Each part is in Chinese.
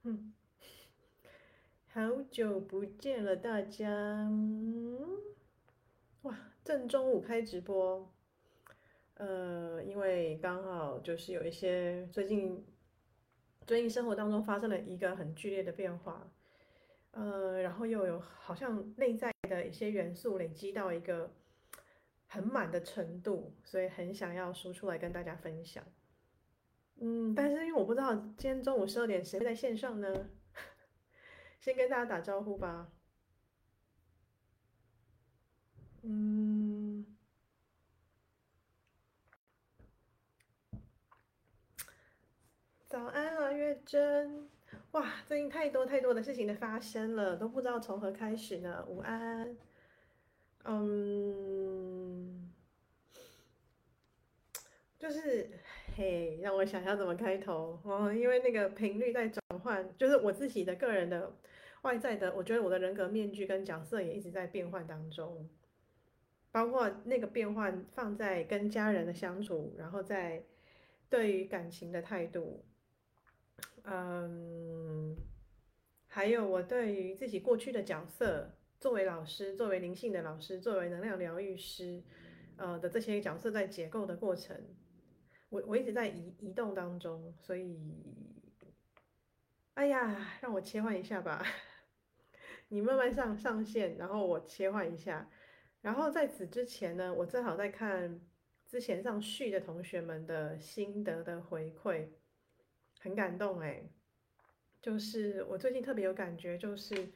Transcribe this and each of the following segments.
嗯，好久不见了，大家。哇，正中午开直播。因为刚好就是有一些最近生活当中发生了一个很剧烈的变化。然后又有好像内在的一些元素累积到一个很满的程度，所以很想要输出来跟大家分享。但是因为我不知道今天中午12点谁会在线上呢？先跟大家打招呼吧。嗯，早安啊，月珍。哇，最近太多太多的事情的发生了，都不知道从何开始呢。午安。嗯，就是嘿，让我想想怎么开头哦，因为那个频率在转换，就是我自己的个人的外在的，我觉得我的人格面具跟角色也一直在变换当中，包括那个变换放在跟家人的相处，然后在对于感情的态度。嗯，还有我对于自己过去的角色，作为老师，作为灵性的老师，作为能量疗愈师，的这些角色在结构的过程，我一直在移动当中，所以，哎呀，让我切换一下吧。你慢慢上线，然后我切换一下。然后在此之前呢，我正好在看之前上序的同学们的心得的回馈，很感动哎。就是我最近特别有感觉，就是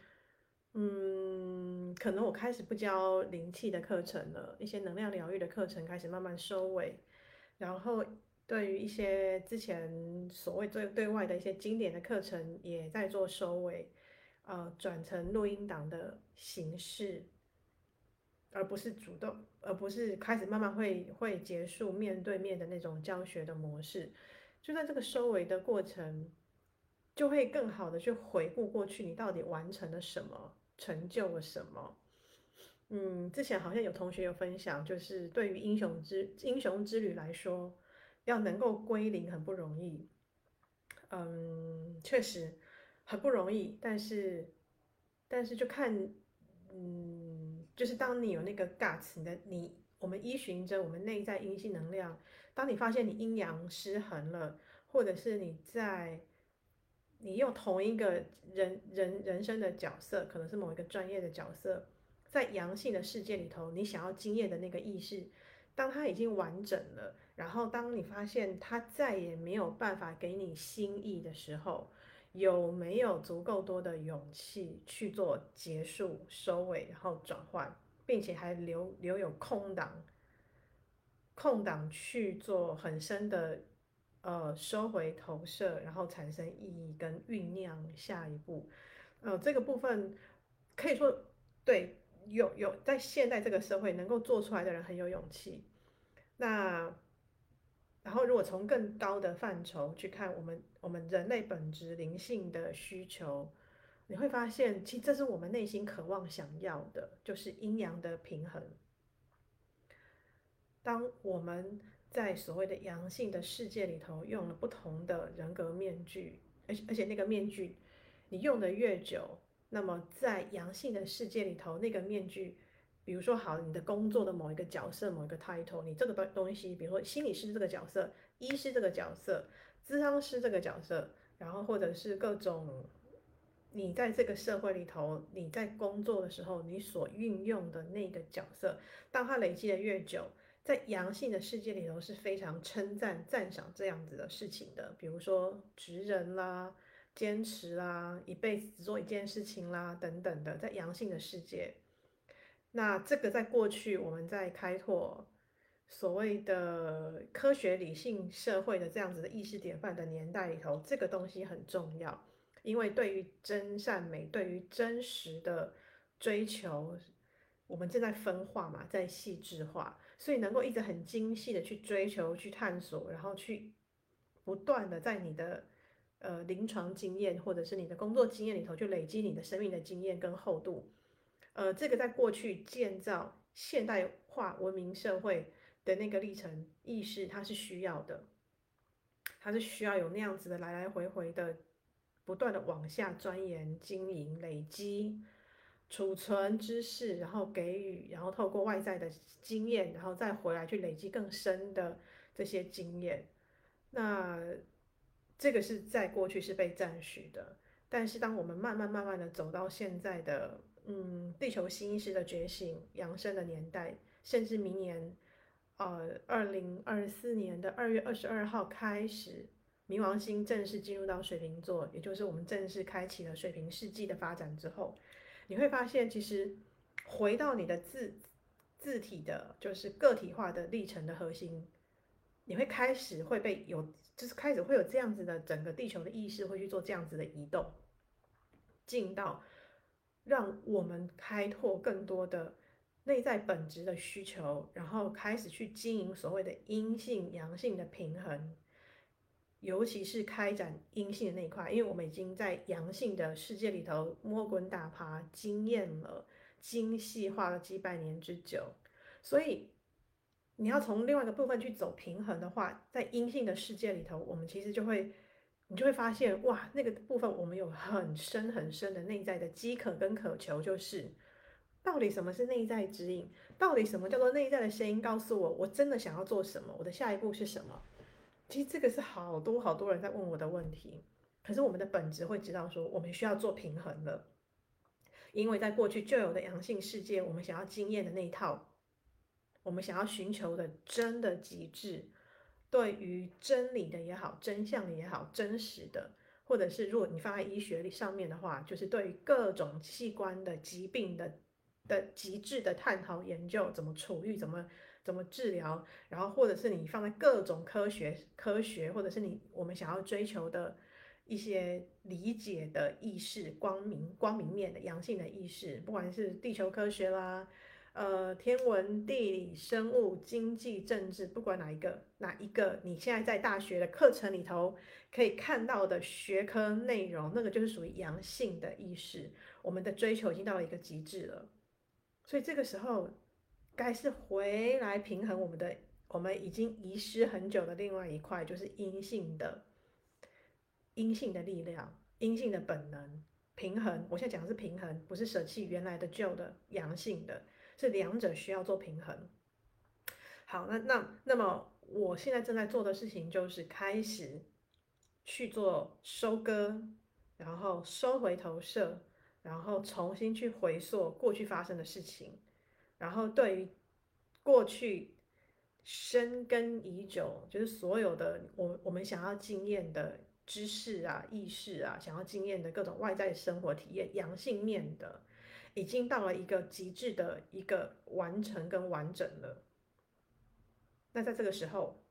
可能我开始不教灵气的课程了，一些能量疗愈的课程开始慢慢收尾，然后对于一些之前所谓对外的一些经典的课程也在做收尾，转成录音档的形式，而不是主动，而不是开始慢慢会结束面对面的那种教学的模式。就在这个收尾的过程，就会更好的去回顾过去你到底完成了什么，成就了什么。之前好像有同学有分享，就是对于英雄之旅来说，要能够归零很不容易。确实很不容易，但是就看，就是当你有那个 guts，我们依循着我们内在阴性能量，当你发现你阴阳失衡了，或者是你用同一个人生的角色，可能是某一个专业的角色，在阳性的世界里头，你想要经验的那个意识，当它已经完整了，然后当你发现它再也没有办法给你新意的时候，有没有足够多的勇气去做结束、收尾，然后转换，并且还留有空档去做很深的收回投射，然后产生意义跟酝酿下一步。这个部分可以说对，有在现在这个社会能够做出来的人很有勇气。那然后如果从更高的范畴去看我们人类本质灵性的需求，你会发现其实这是我们内心渴望想要的，就是阴阳的平衡。当我们在所谓的阳性的世界里头用了不同的人格面具，而且那个面具你用的越久，那么在阳性的世界里头，那个面具，比如说好，你的工作的某一个角色、某一个 title，你这个东西，比如说心理师这个角色、医师这个角色、咨商师这个角色，然后或者是各种你在这个社会里头，你在工作的时候，你所运用的那个角色，当它累积的越久。在阳性的世界里头是非常称赞、赞赏这样子的事情的，比如说职人啦、坚持啦、一辈子只做一件事情啦等等的，在阳性的世界，那这个在过去我们在开拓所谓的科学理性社会的这样子的意识典范的年代里头，这个东西很重要，因为对于真善美、对于真实的追求，我们正在分化嘛，在细致化，所以能够一直很精细的去追求、去探索，然后去不断的在你的临床经验或者是你的工作经验里头去累积你的生命的经验跟厚度。这个在过去建造现代化文明社会的那个历程意识，它是需要的，它是需要有那样子的来来回回的不断的往下钻研、经营、累积、储存知识，然后给予，然后透过外在的经验，然后再回来去累积更深的这些经验。那这个是在过去是被赞许的，但是当我们慢慢的走到现在的地球新意识的觉醒、扬升的年代，甚至明年2024年的2月22号开始，冥王星正式进入到水瓶座，也就是我们正式开启了水瓶世纪的发展之后，你会发现，其实回到你的字体的，就是个体化的历程的核心，你会开始会被有，就是开始会有这样子的整个地球的意识会去做这样子的移动，进到让我们开拓更多的内在本质的需求，然后开始去经营所谓的阴性阳性的平衡，尤其是开展阴性的那一块，因为我们已经在阳性的世界里头摸滚打爬，经验了、精细化了几百年之久，所以你要从另外一个部分去走平衡的话，在阴性的世界里头，我们其实就会，你就会发现，哇，那个部分我们有很深很深的内在的饥渴跟渴求，就是到底什么是内在指引？到底什么叫做内在的声音告诉我，我真的想要做什么？我的下一步是什么？其实这个是好多好多人在问我的问题，可是我们的本质会知道说，我们需要做平衡了，因为在过去旧有的阳性世界，我们想要经验的那一套，我们想要寻求的真的极致，对于真理的也好，真相的也好，真实的，或者是如果你放在医学里上面的话，就是对于各种器官的疾病的极致的探讨研究，怎么处愈，怎么治疗，然后或者是你放在各种科学，或者是我们想要追求的一些理解的意识，光明面的阳性的意识，不管是地球科学啦。天文、地理、生物、经济、政治，不管哪一个，你现在在大学的课程里头可以看到的学科内容，那个就是属于阳性的意识。我们的追求已经到了一个极致了，所以这个时候该是回来平衡我们已经遗失很久的另外一块，就是阴性的力量、阴性的本能平衡。我现在讲的是平衡，不是舍弃原来的旧的阳性的，是两者需要做平衡。好，那么我现在正在做的事情就是开始去做收割，然后收回投射，然后重新去回溯过去发生的事情，然后对于过去深耕已久，就是所有的我们想要经验的知识啊、意识啊，想要经验的各种外在生活体验，阳性面的，已经到了一个极致的一个完成跟完整了。那在这个时候，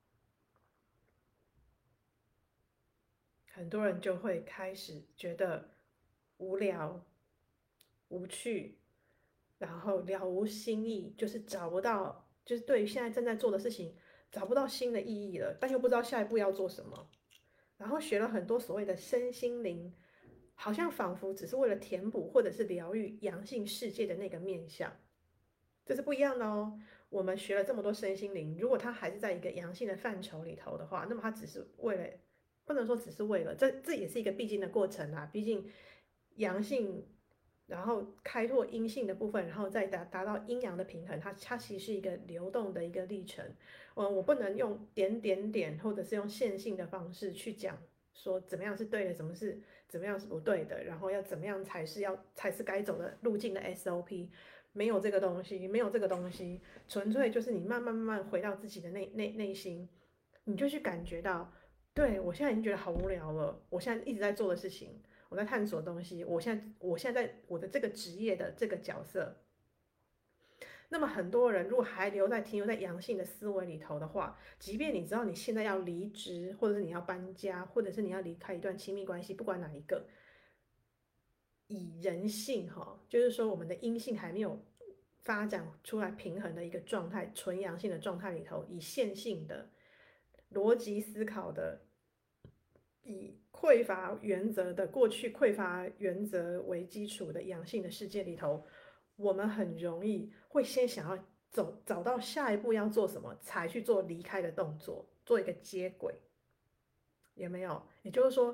很多人就会开始觉得无聊、无趣，然后了无新意，就是找不到，就是对于现在正在做的事情找不到新的意义了，但又不知道下一步要做什么。然后学了很多所谓的身心灵，好像仿佛只是为了填补或者是疗愈阳性世界的那个面相，这是不一样的哦。我们学了这么多身心灵，如果它还是在一个阳性的范畴里头的话，那么它只是为了，不能说只是为了，这也是一个必经的过程啊。毕竟阳性，然后开拓阴性的部分，然后再达到阴阳的平衡，它其实是一个流动的一个历程。我不能用点点点或者是用线性的方式去讲说怎么样是对的，怎么样是不对的，然后要怎么样才是该走的路径的 SOP。没有这个东西，没有这个东西，纯粹就是你慢慢回到自己的内心，你就去感觉到，对，我现在已经觉得好无聊了，我现在一直在做的事情，我在探索的东西，我现在在我的这个职业的这个角色。那么很多人如果还停留在阳性的思维里头的话，即便你知道你现在要离职，或者是你要搬家，或者是你要离开一段亲密关系，不管哪一个，以人性哈，就是说我们的阴性还没有发展出来平衡的一个状态，纯阳性的状态里头，以线性的逻辑思考的，以匮乏原则的过去匮乏原则为基础的阳性的世界里头，我们很容易会先想要找到下一步要做什么，才去做离开的动作，做一个接轨。有没有？也就是说，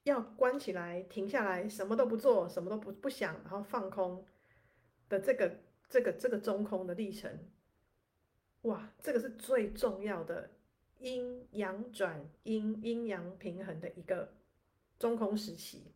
要关起来、停下来，什么都不做，什么都不想，然后放空的这个中空的历程，哇，这个是最重要的阴阳转阴阳平衡的一个中空时期。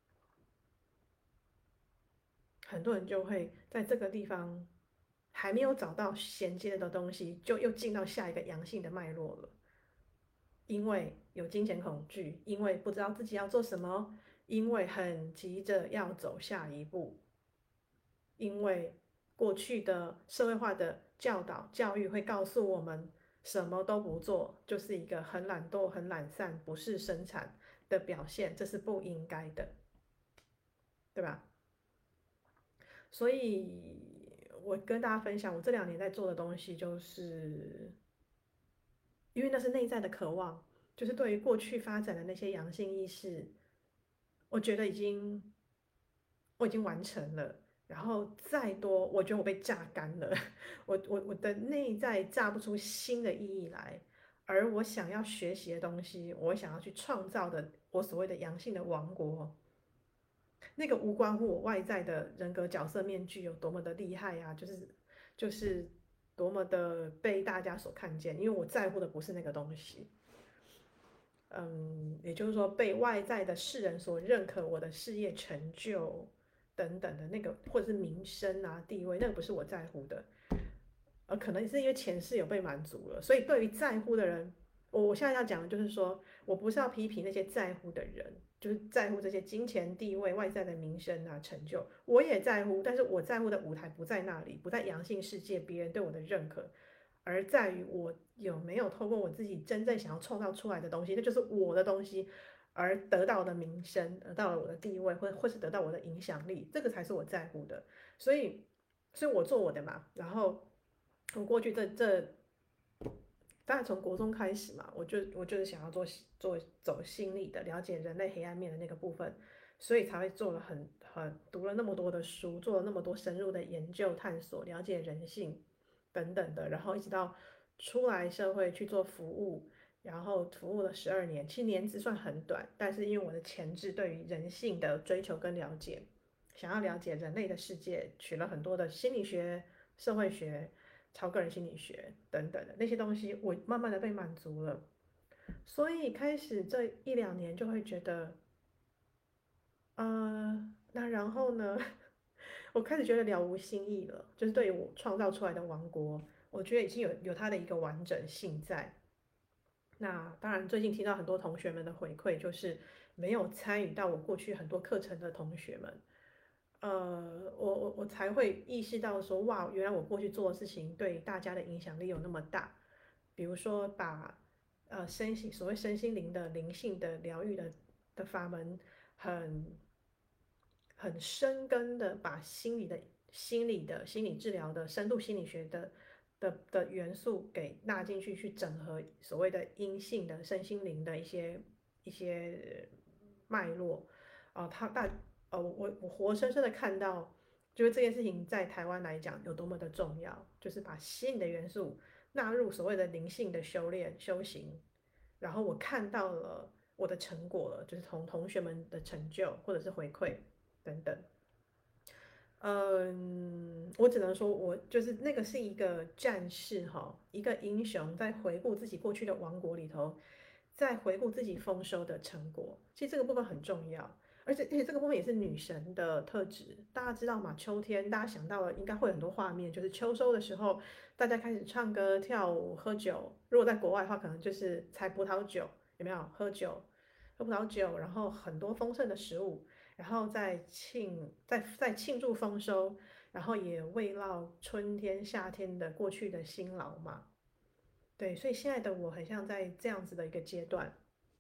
很多人就会在这个地方还没有找到衔接的东西，就又进到下一个阳性的脉络了。因为有金钱恐惧，因为不知道自己要做什么，因为很急着要走下一步，因为过去的社会化的教导教育会告诉我们，什么都不做就是一个很懒惰、很懒散、不是生产的表现，这是不应该的，对吧？所以我跟大家分享，我这2年在做的东西，就是因为那是内在的渴望，就是对于过去发展的那些阳性意识，我觉得我已经完成了。然后再多，我觉得我被榨干了，我的内在榨不出新的意义来，而我想要学习的东西，我想要去创造的，我所谓的阳性的王国，那个无关乎我外在的人格角色面具有多么的厉害呀、就是多么的被大家所看见，因为我在乎的不是那个东西。也就是说，被外在的世人所认可，我的事业成就等等的那个，或者是名声啊、地位，那个不是我在乎的。可能是因为前世有被满足了，所以对于在乎的人，我现在要讲的就是说，我不是要批评那些在乎的人，就是在乎这些金钱、地位、外在的名声啊、成就，我也在乎，但是我在乎的舞台不在那里，不在阳性世界，别人对我的认可，而在于我有没有透过我自己真正想要创造出来的东西，那就是我的东西，而得到的名声，得到了我的地位，或是得到我的影响力，这个才是我在乎的。所以，所以我做我的嘛，然后我过去当然从国中开始嘛，我就是想要走心理的，了解人类黑暗面的那个部分，所以才会做了读了那么多的书，做了那么多深入的研究探索，了解人性等等的，然后一直到出来社会去做服务，然后服务了12年，其实年资算很短，但是因为我的前置对于人性的追求跟了解，想要了解人类的世界，取了很多的心理学、社会学。超个人心理学等等的那些东西，我慢慢的被满足了，所以开始这1、2年就会觉得，那然后呢，我开始觉得了无新意了，就是对于我创造出来的王国，我觉得已经有它的一个完整性在。那当然，最近听到很多同学们的回馈，就是没有参与到我过去很多课程的同学们，我才会意识到说，哇，原来我过去做的事情对大家的影响力有那么大。比如说把所谓身心灵的灵性的疗愈的法门，很很深根的把心理治疗的深度心理学的元素给纳进去，去整合所谓的阴性的身心灵的一些脉络。他大我活生生的看到，就是这件事情在台湾来讲有多么的重要，就是把吸引的元素纳入所谓的灵性的修炼修行，然后我看到了我的成果了，就是同学们的成就或者是回馈等等。我只能说，我就是那个是一个战士哈，一个英雄，在回顾自己过去的王国里头，在回顾自己丰收的成果。其实这个部分很重要，而且这个部分也是女神的特质。大家知道吗？秋天大家想到了应该会有很多画面，就是秋收的时候，大家开始唱歌、跳舞、喝酒。如果在国外的话，可能就是采葡萄酒，有没有？喝葡萄酒，然后很多丰盛的食物。然后再庆祝丰收，然后也慰劳春天、夏天的过去的辛劳嘛。对，所以现在的我很像在这样子的一个阶段，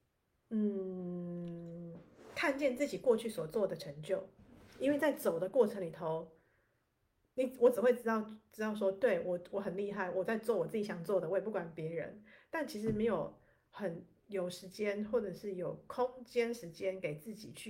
嗯，看见自己过去所做的成就，因为在走的过程里头，我只会知道说，对我很厉害，我在做我自己想做的，我也不管别人，但其实没有很有时间或者是有空间时间给自己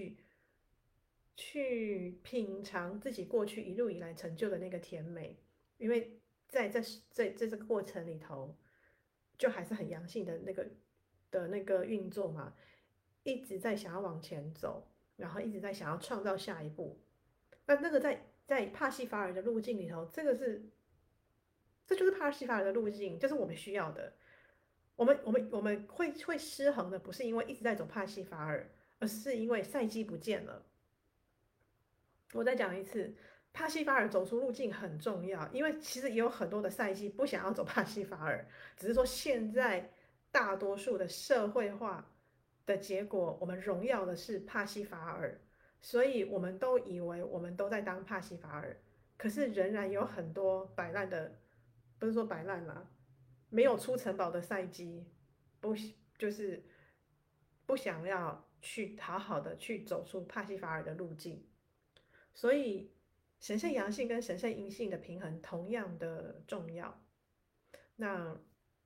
去品尝自己过去一路以来成就的那个甜美，因为在这个过程里头，就还是很阳性的那个运作嘛， 一直在想要往前走，然后一直在想要创造下一步。那个在帕西法尔的路径里头，这就是帕西法尔的路径，就是我们需要的。我们会失衡的，不是因为一直在走帕西法尔，而是因为赛季不见了。我再讲一次，帕西法尔走出路径很重要，因为其实也有很多的赛季不想要走帕西法尔，只是说现在大多数的社会化的结果，我们荣耀的是帕西法尔，所以我们都以为我们都在当帕西法尔，可是仍然有很多摆烂的，不是说摆烂啦，没有出城堡的赛季，不就是不想要去好好的去走出帕西法尔的路径。所以神圣阳性跟神圣阴性的平衡同样的重要。那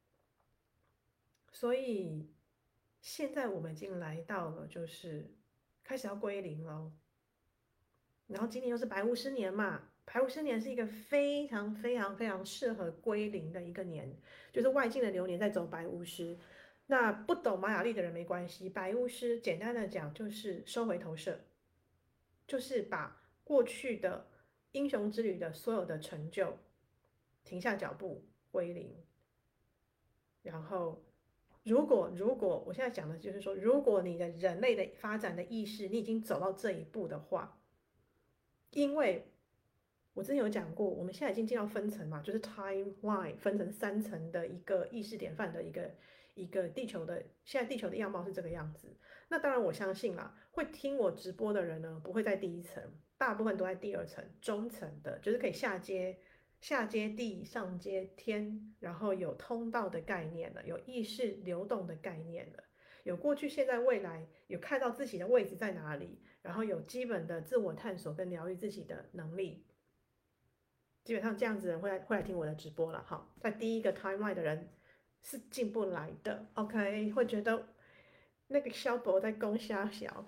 所以现在我们已经来到了，就是开始要归零了。然后今年又是白巫师年嘛，白巫师年是一个非常非常非常适合归零的一个年，就是外境的流年在走白巫师。那不懂玛雅历的人没关系，白巫师简单的讲就是收回投射，就是把过去的英雄之旅的所有的成就停下脚步归零。然后，如果我现在讲的就是说，如果你的人类的发展的意识，你已经走到这一步的话，因为我之前有讲过，我们现在已经进到分层嘛，就是 timeline 分成3层的一个意识典范的一个地球的，现在地球的样貌是这个样子。那当然我相信啦，会听我直播的人呢，不会在第一层，大部分都在第二层，中层的，就是可以下接地，上接天，然后有通道的概念了，有意识流动的概念了，有过去、现在、未来，有看到自己的位置在哪里，然后有基本的自我探索跟疗愈自己的能力。基本上这样子的人会来听我的直播了哈。在第一个 timeline 的人是进不来的，OK，会觉得那个小博在攻瞎小，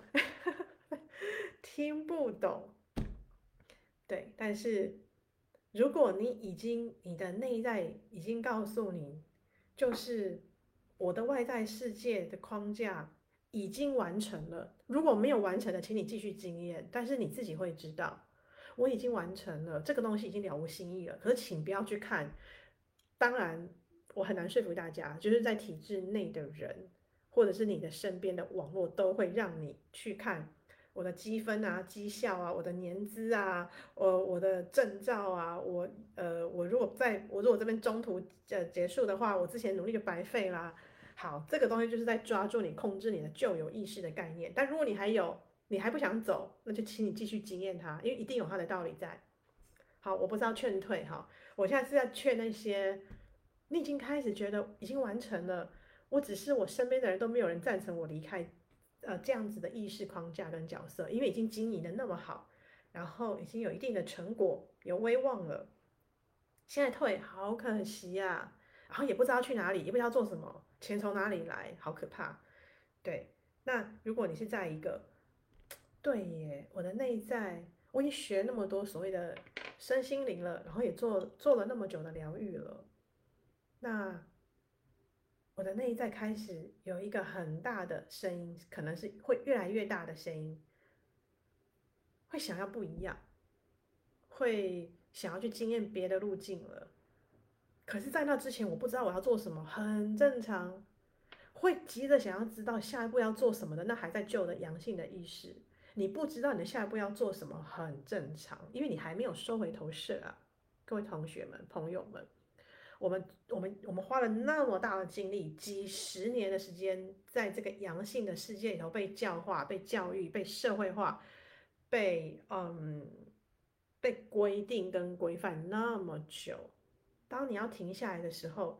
听不懂。对，但是如果你的内在已经告诉你，就是我的外在世界的框架已经完成了，如果没有完成的，请你继续经验，但是你自己会知道。我已经完成了这个东西，已经了无新意了。可是请不要去看，当然我很难说服大家，就是在体制内的人，或者是你的身边的网络，都会让你去看我的积分啊、绩效啊、我的年资啊、我的证照啊，我如果这边中途结束的话，我之前努力就白费啦。好，这个东西就是在抓住你、控制你的旧有意识的概念。但如果你还不想走，那就请你继续经验它，因为一定有它的道理在。好，我不是要劝退哈，我现在是在劝那些你已经开始觉得已经完成了，我只是我身边的人都没有人赞成我离开，这样子的意识框架跟角色，因为已经经营的那么好，然后已经有一定的成果，有威望了，现在退好可惜呀、然后也不知道去哪里，也不知道做什么，钱从哪里来，好可怕。对，那如果你是在一个对耶，我的内在，我已经学那么多所谓的身心灵了，然后也做了那么久的疗愈了，那我的内在开始有一个很大的声音，可能是会越来越大的声音，会想要不一样，会想要去经验别的路径了。可是，在那之前，我不知道我要做什么，很正常。会急着想要知道下一步要做什么的，那还在旧的阳性的意识。你不知道你的下一步要做什么，很正常，因为你还没有收回投射啊，各位同学们、朋友们。我们花了那么大的精力，几十年的时间，在这个阳性的世界里头被教化、被教育、被社会化、被被规定跟规范那么久，当你要停下来的时候，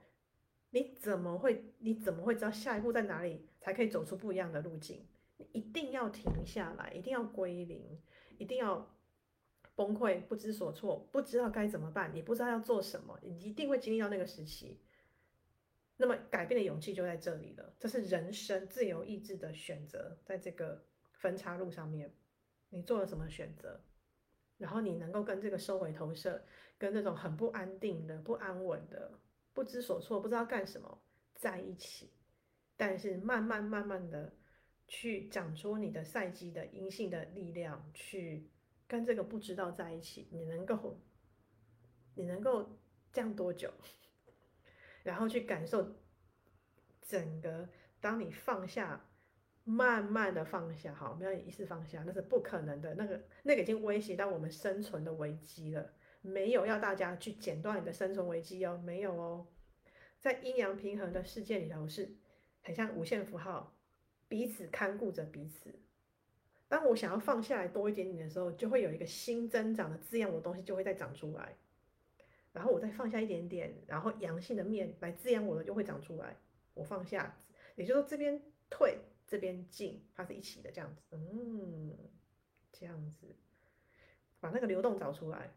你怎么会知道下一步在哪里才可以走出不一样的路径？你一定要停下来，一定要归零，一定要崩溃，不知所措，不知道该怎么办，你不知道要做什么，你一定会经历到那个时期。那么改变的勇气就在这里了，这是人生自由意志的选择，在这个分岔路上面，你做了什么选择？然后你能够跟这个收回投射，跟那种很不安定的、不安稳的、不知所措、不知道干什么在一起，但是慢慢的， 去长出你的赛季的阴性的力量，去跟这个不知道在一起，你能够这样多久？然后去感受整个，当你放下，慢慢的放下，好，没有一次放下，那是不可能的，那个已经威胁到我们生存的危机了。没有要大家去剪断你的生存危机哦，没有哦，在阴阳平衡的世界里头是很像无限符号，彼此看顾着彼此。当我想要放下来多一点点的时候，就会有一个新增长的滋养我的东西就会再长出来，然后我再放下一点点，然后阳性的面来滋养我的就会长出来。我放下，也就是说这边退，这边进，它是一起的这样子，这样子把那个流动找出来。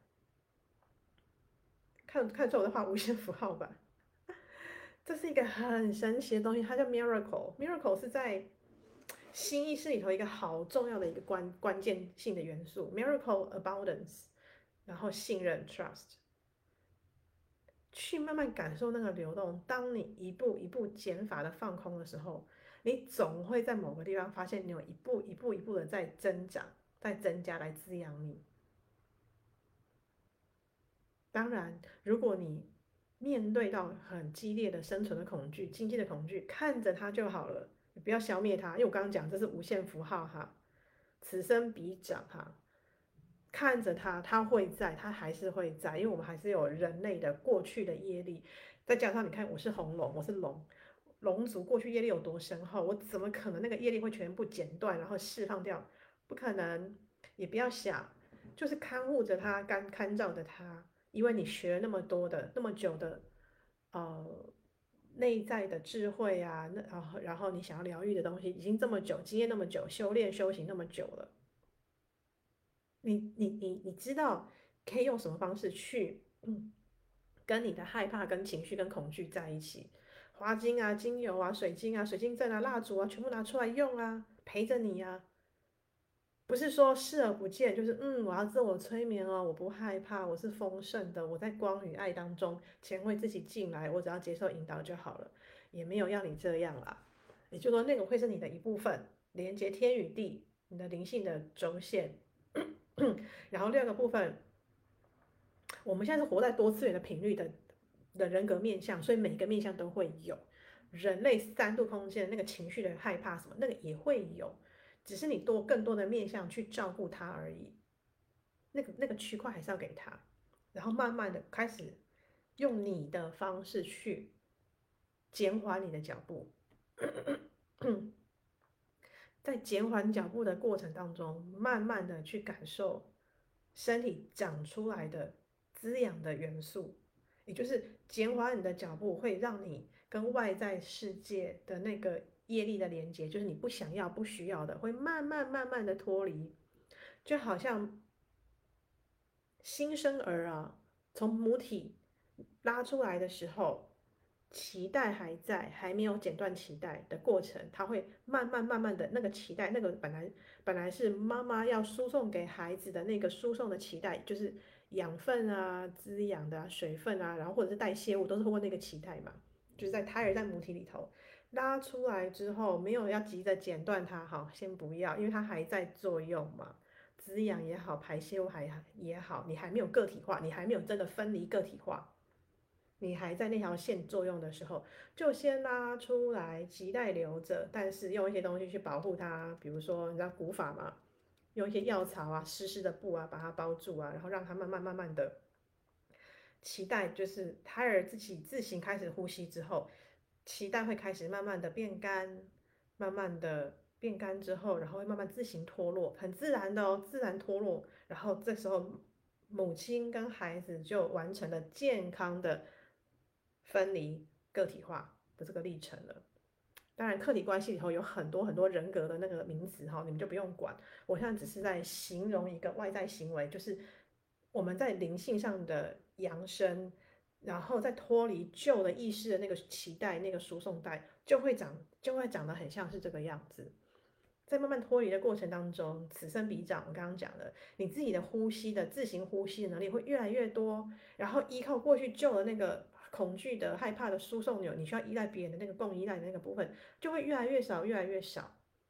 看出我在画无限符号吧？这是一个很神奇的东西，它叫 miracle。miracle 是在新意识里头一个好重要的一个关键性的元素，miracle abundance，然后信任 trust，去慢慢感受那个流动。当你一步一步减法的放空的时候，你总会在某个地方发现你有一步的在增长，在增加来滋养你。当然，如果你面对到很激烈的生存的恐惧、经济的恐惧，看着它就好了，你不要消灭它。因为我刚刚讲这是无限符号哈，此生彼长哈，看着它，它会在，它还是会在，因为我们还是有人类的过去的业力，再加上你看我是红龙，我是龙，龙族过去业力有多深厚，我怎么可能那个业力会全部剪断然后释放掉？不可能，也不要想，就是看护着它，看照着它，因为你学了那么多的那么久的呃内在的智慧啊，然后你想要疗愈的东西，已经这么久，经验那么久，修炼修行那么久了。你知道可以用什么方式去跟你的害怕、跟情绪、跟恐惧在一起？花精啊、精油啊、水晶啊、水晶阵啊、蜡烛啊，全部拿出来用啊，陪着你啊。不是说视而不见，就是我要自我催眠哦，我不害怕，我是丰盛的，我在光与爱当中，钱会自己进来，我只要接受引导就好了，也没有要你这样啦。也就是说，那个会是你的一部分，连接天与地，你的灵性的轴线。然后第二个部分，我们现在是活在多次元的频率的人格面向，所以每个面向都会有。人类3度空间的那个情绪的害怕什么，那个也会有，只是你更多的面向去照顾他而已。那个区块还是要给他，然后慢慢的开始用你的方式去减缓你的脚步。在减缓脚步的过程当中，慢慢的去感受身体长出来的滋养的元素，也就是减缓你的脚步，会让你跟外在世界的那个业力的连接，就是你不想要、不需要的，会慢慢的脱离，就好像新生儿啊，从母体拉出来的时候，脐带还在，还没有剪断脐带的过程，它会慢慢的那个脐带，那个本来是妈妈要输送给孩子的那个输送的脐带，就是养分啊、滋养的啊、水分啊，然后或者是代谢物，都是通过那个脐带嘛，就是在胎儿在母体里头拉出来之后，没有要急着剪断它，好，先不要，因为它还在作用嘛。滋养也好，排泄物也好，你还没有个体化，你还没有真的分离个体化，你还在那条线作用的时候，就先拉出来，脐带留着，但是用一些东西去保护它，比如说你知道古法嘛，用一些药草啊、湿湿的布啊把它包住啊，然后让它慢慢的脐带就是胎儿自己自行开始呼吸之后，脐带会开始慢慢的变干，慢慢的变干之后，然后会慢慢自行脱落，很自然的哦，自然脱落。然后这时候母亲跟孩子就完成了健康的分离个体化的这个历程了。当然，客体关系里头有很多很多人格的那个名词哈，你们就不用管。我现在只是在形容一个外在行为，就是我们在灵性上的扬升，然后再脱离旧的意识的那个脐带、那个输送带，就会长得很像是这个样子。在慢慢脱离的过程当中，此生彼长，我刚刚讲的，你自己的呼吸的自行呼吸的能力会越来越多，然后依靠过去旧的那个恐惧的、害怕的输送钮，你需要依赖别人的那个共依赖的那个部分，就会越来越少，越来越少。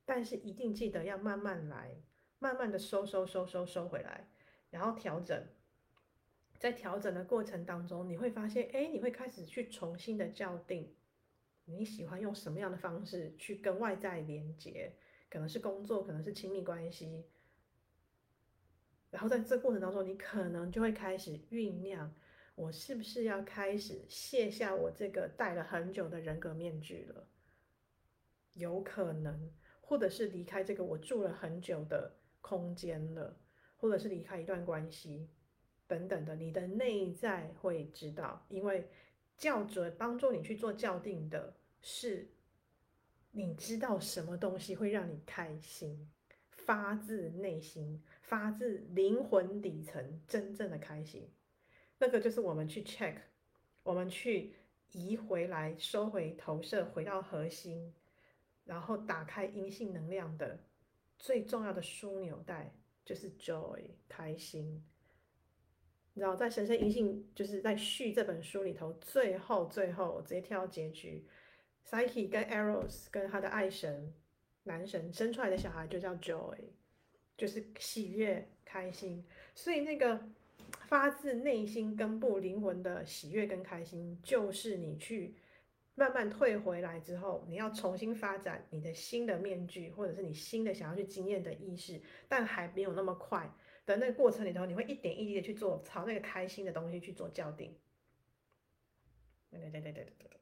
但是一定记得要慢慢来，慢慢的收回来，然后调整。在调整的过程当中，你会发现，哎，你会开始去重新的校定，你喜欢用什么样的方式去跟外在连接，可能是工作，可能是亲密关系，然后在这过程当中，你可能就会开始酝酿，我是不是要开始卸下我这个戴了很久的人格面具了？有可能，或者是离开这个我住了很久的空间了，或者是离开一段关系等等的，你的内在会知道，因为校准帮助你去做校定的是，你知道什么东西会让你开心，发自内心，发自灵魂底层真正的开心，那个就是我们去 check，我们去移回来，收回投射，回到核心。然后打开阴性能量的最重要的枢纽带就是 joy 开心。然后在神圣阴性就是在续这本书里头，最后我直接跳到结局，Psyche 跟 Eros 跟他的爱神男神生出来的小孩就叫 joy，就是喜悦开心。所以那个发自内心根部灵魂的喜悦跟开心，就是你去慢慢退回来之后，你要重新发展你的新的面具，或者是你新的想要去经验的意识，但还没有那么快的那个过程里头，你会一点一滴的去做，朝那个开心的东西去做校定。对。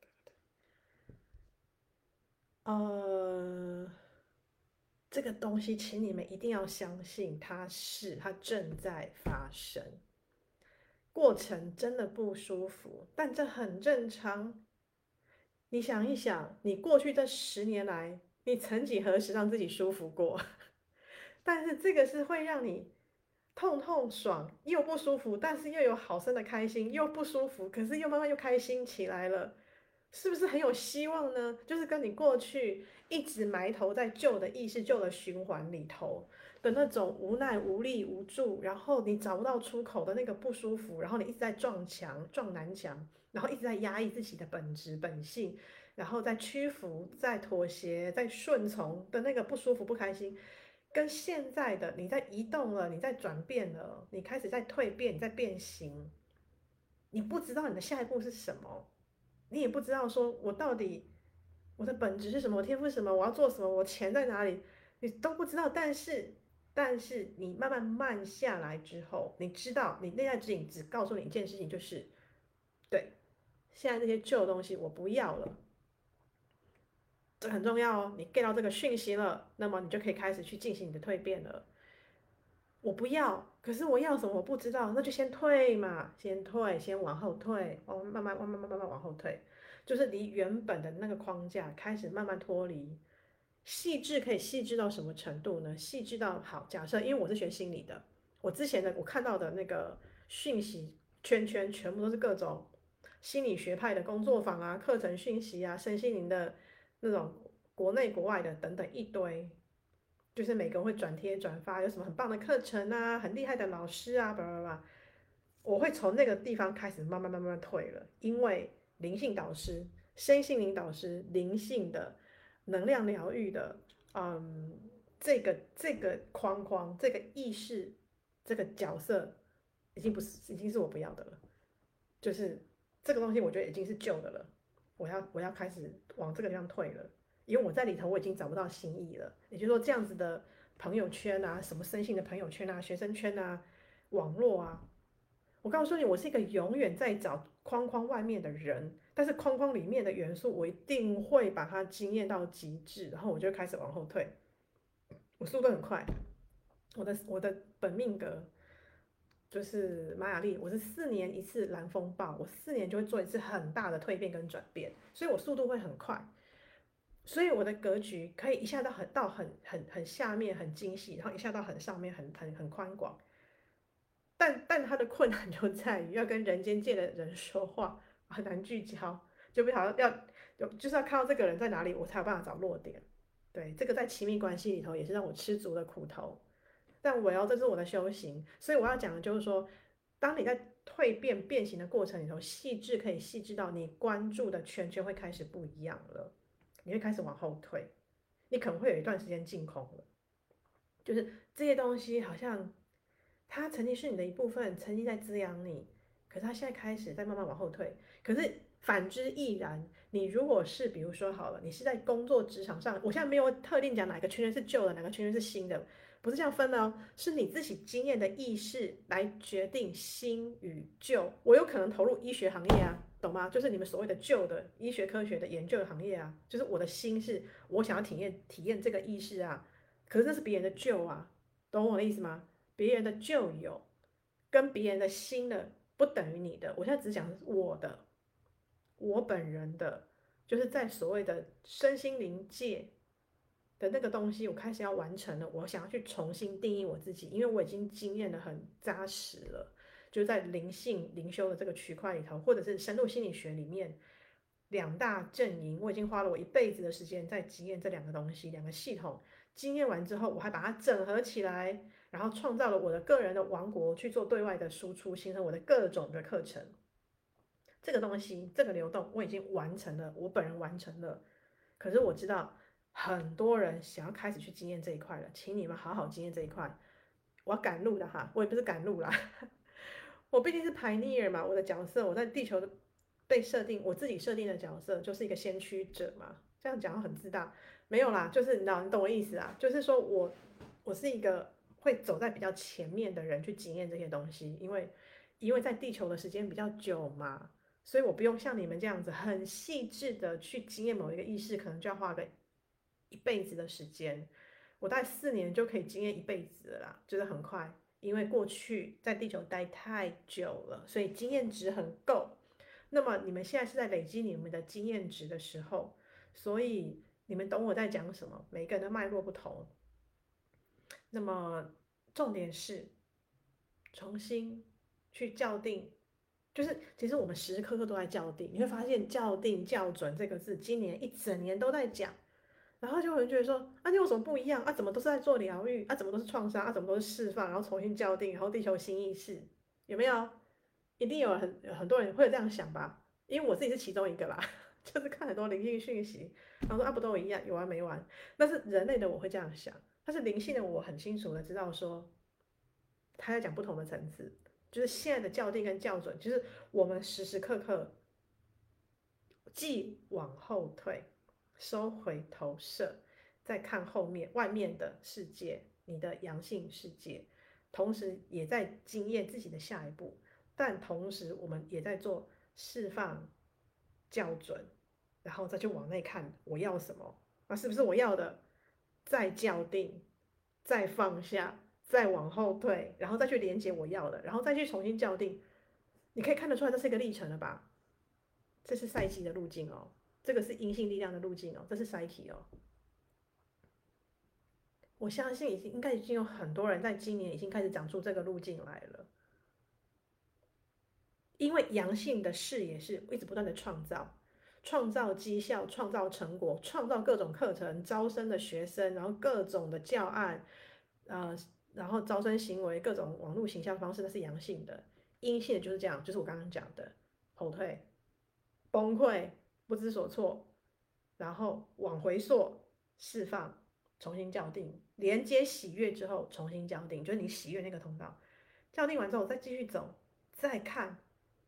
呃，这个东西，请你们一定要相信，它正在发生，过程真的不舒服，但这很正常。你想一想，你过去这10年来，你曾几何时让自己舒服过？但是这个是会让你痛痛爽，又不舒服，但是又有好生的开心，又不舒服，可是又慢慢又开心起来了，是不是很有希望呢？就是跟你过去一直埋头在旧的意识、旧的循环里头的那种无奈、无力、无助，然后你找不到出口的那个不舒服，然后你一直在撞墙、撞南墙，然后一直在压抑自己的本质、本性，然后在屈服、在妥协、在顺从的那个不舒服、不开心。跟现在的你在移动了，你在转变了，你开始在蜕变，你在变形，你不知道你的下一步是什么，你也不知道说我到底我的本质是什么，我天赋是什么，我要做什么，我钱在哪里，你都不知道。但是你慢下来之后，你知道你内在指引只告诉你一件事情，就是对，现在这些旧的东西我不要了。这很重要哦，你 get 到这个讯息了，那么你就可以开始去进行你的蜕变了。我不要，可是我要什么我不知道，那就先退嘛，先退，先往后退，哦，慢慢往后退，就是离原本的那个框架开始慢慢脱离。细致可以细致到什么程度呢？细致到好，假设因为我是学心理的，我之前的我看到的那个讯息圈圈全部都是各种心理学派的工作坊啊、课程讯息啊、身心灵的那种国内国外的等等一堆，就是每个人会转贴转发，有什么很棒的课程啊，很厉害的老师啊，叭叭叭，我会从那个地方开始慢慢退了，因为灵性导师、身心灵导师、灵性的能量疗愈的，嗯，这个框框、这个意识、这个角色，已经是我不要的了，就是这个东西，我觉得已经是旧的了，我要开始往这个地方退了。因为我在里头我已经找不到新意了。也就是说，这样子的朋友圈啊，什么生性的朋友圈啊、学生圈啊、网络啊，我告诉你，我是一个永远在找框框外面的人，但是框框里面的元素，我一定会把它惊艳到极致，然后我就开始往后退。我速度很快，我的本命格就是玛雅历，我是4年一次蓝风暴，我4年就会做一次很大的蜕变跟转变，所以我速度会很快。所以我的格局可以一下到很下面很精细，然后一下到很上面很宽广。但它的困难就在于要跟人间界的人说话很难聚焦，就不晓得就是要看到这个人在哪里，我才有办法找落点。对，这个在亲密关系里头也是让我吃足了苦头。但我要这是我的修行，所以我要讲的就是说，当你在蜕变变形的过程里头，细致可以细致到你关注的圈圈会开始不一样了，你会开始往后退。 你可能会有一段时间净空了，就是这些东西好像它曾经是你的一部分，曾经在滋养你，可是它现在开始在慢慢往后退。可是反之亦然，你如果是比如说好了，你是在工作职场上，我现在没有特定讲哪个圈圈是旧的，哪个圈圈是新的，不是这样分的哦，是你自己经验的意识来决定新与旧。我有可能投入医学行业啊，懂吗？就是你们所谓的旧的医学科学的研究的行业啊，就是我的心是我想要体验这个意识啊，可是那是别人的旧啊，懂我的意思吗？别人的旧有跟别人的新的不等于你的，我现在只讲我的，我本人的，就是在所谓的身心灵界的那个东西，我开始要完成了。我想要去重新定义我自己，因为我已经经验的很扎实了，就是在灵性灵修的这个区块里头，或者是深度心理学里面两大阵营，我已经花了我一辈子的时间在经验这两个东西，两个系统。经验完之后，我还把它整合起来，然后创造了我的个人的王国，去做对外的输出，形成我的各种的课程。这个东西，这个流动我已经完成了，我本人完成了。可是我知道很多人想要开始去经验这一块了，请你们好好经验这一块。我要赶路的哈，我也不是赶路啦，我毕竟是 pioneer 嘛，我的角色我在地球的被设定，我自己设定的角色就是一个先驱者嘛。这样讲很自大，没有啦，就是你知道，你懂我意思啊，就是说我是一个会走在比较前面的人去经验这些东西，因为在地球的时间比较久嘛，所以我不用像你们这样子很细致的去经验某一个意识，可能就要花个一辈子的时间。我大概4年就可以经验一辈子了啦，就是很快。因为过去在地球待太久了，所以经验值很够。那么你们现在是在累积你们的经验值的时候，所以你们懂我在讲什么？每个人的脉络不同。那么重点是重新去校定，就是其实我们时时刻刻都在校定。你会发现校定校准这个字，今年一整年都在讲。然后就有人觉得说，啊，你有什么不一样啊？怎么都是在做疗愈啊？怎么都是创伤啊？怎么都是释放？然后重新校定，然后地球新意识，有没有？一定有很多人会有这样想吧？因为我自己是其中一个啦，就是看很多灵性讯息，然后说啊不都一样，有完没完？但是人类的我会这样想，但是灵性的我很清楚的知道说，他在讲不同的层次，就是现在的校定跟校准，就是我们时时刻刻既往后退，收回投射，再看后面外面的世界，你的阳性世界，同时也在经验自己的下一步，但同时我们也在做释放、校准，然后再去往内看我要什么，那是不是我要的？再校定，再放下，再往后退，然后再去连接我要的，然后再去重新校定。你可以看得出来，这是一个历程了吧？这是赛季的路径哦，这个是阴性力量的路径哦，这是赛体哦。我相信应该已经有很多人在今年已经开始长出这个路径来了，因为阳性的视野是一直不断的创造，创造绩效，创造成果，创造各种课程，招生的学生，然后各种的教案，呃，然后招生行为，各种网络形象方式，那是阳性的。阴性的就是这样，就是我刚刚讲的后退、崩溃、不知所措，然后往回溯、释放、重新校定，连接喜悦之后重新校定，就是你喜悦那个通道。校定完之后再继续走，再看，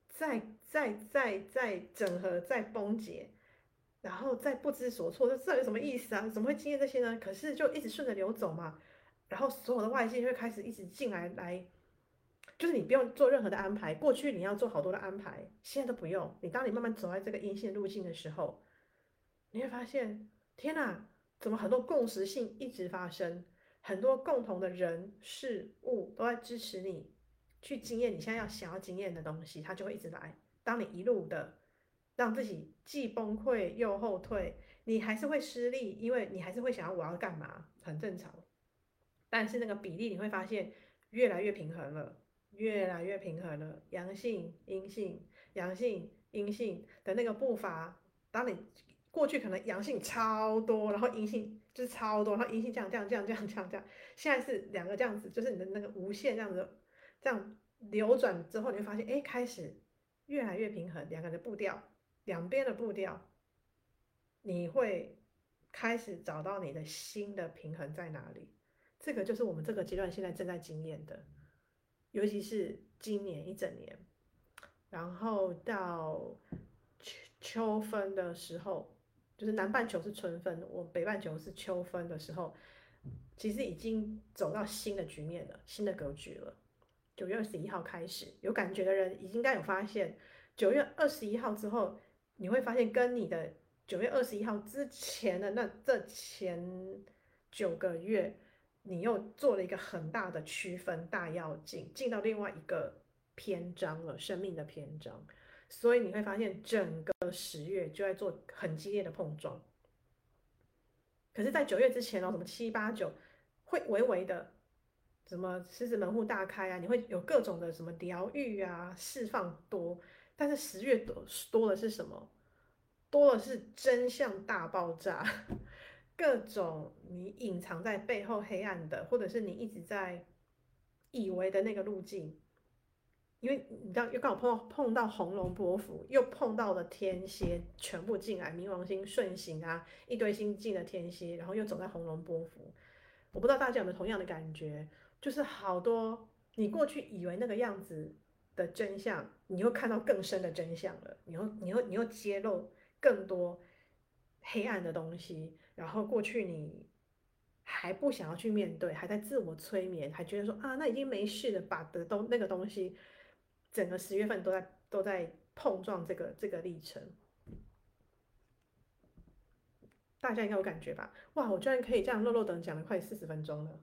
再整合，再崩解，然后再不知所措，这到底有什么意思啊？怎么会经验这些呢？可是就一直顺着流走嘛，然后所有的外界就会开始一直进来，就是你不用做任何的安排。过去你要做好多的安排，现在都不用。当你慢慢走在这个阴线路径的时候，你会发现，天哪，怎么很多共识性一直发生，很多共同的人事物都在支持你去经验你现在想要经验的东西，它就会一直来。当你一路的让自己既崩溃又后退，你还是会失利，因为你还是会想要我要干嘛，很正常。但是那个比例你会发现越来越平衡了，越来越平衡了，阳性、阴性、阳性、阴性的那个步伐，当你过去可能阳性超多，然后阴性就是超多，然后阴性这样，现在是两个这样子，就是你的那个无限这样子，这样流转之后，你会发现，哎，开始越来越平衡，两个人的步调，两边的步调，你会开始找到你的新的平衡在哪里。这个就是我们这个阶段现在正在经验的，尤其是今年一整年，然后到秋分的时候，就是南半球是春分，我北半球是秋分的时候，其实已经走到新的局面了，新的格局了。9月21号开始，有感觉的人应该有发现，9月21号之后，你会发现跟你的9月21号之前的这前9个月，你又做了一个很大的区分，大跃进，进到另外一个篇章了，生命的篇章。所以你会发现，整个10月就在做很激烈的碰撞。可是，在9月之前哦，什么7、8、9，会微微的什么狮子门户大开啊，你会有各种的什么疗愈啊、释放多。但是10月多的是什么？多的是真相大爆炸，各种你隐藏在背后黑暗的，或者是你一直在以为的那个路径。因为你知道，又刚好碰到红龙波符，又碰到了天蝎，全部进来，冥王星顺行啊，一堆星进了天蝎，然后又走在红龙波符。我不知道大家有没有同样的感觉，就是好多你过去以为那个样子的真相，你又看到更深的真相了，你又揭露更多黑暗的东西，然后过去你还不想要去面对，还在自我催眠，还觉得说啊，那已经没事了，把那个东西，整个10月份都在碰撞这个历程，大家应该有感觉吧？哇，我居然可以这样漏等讲了快40分钟了。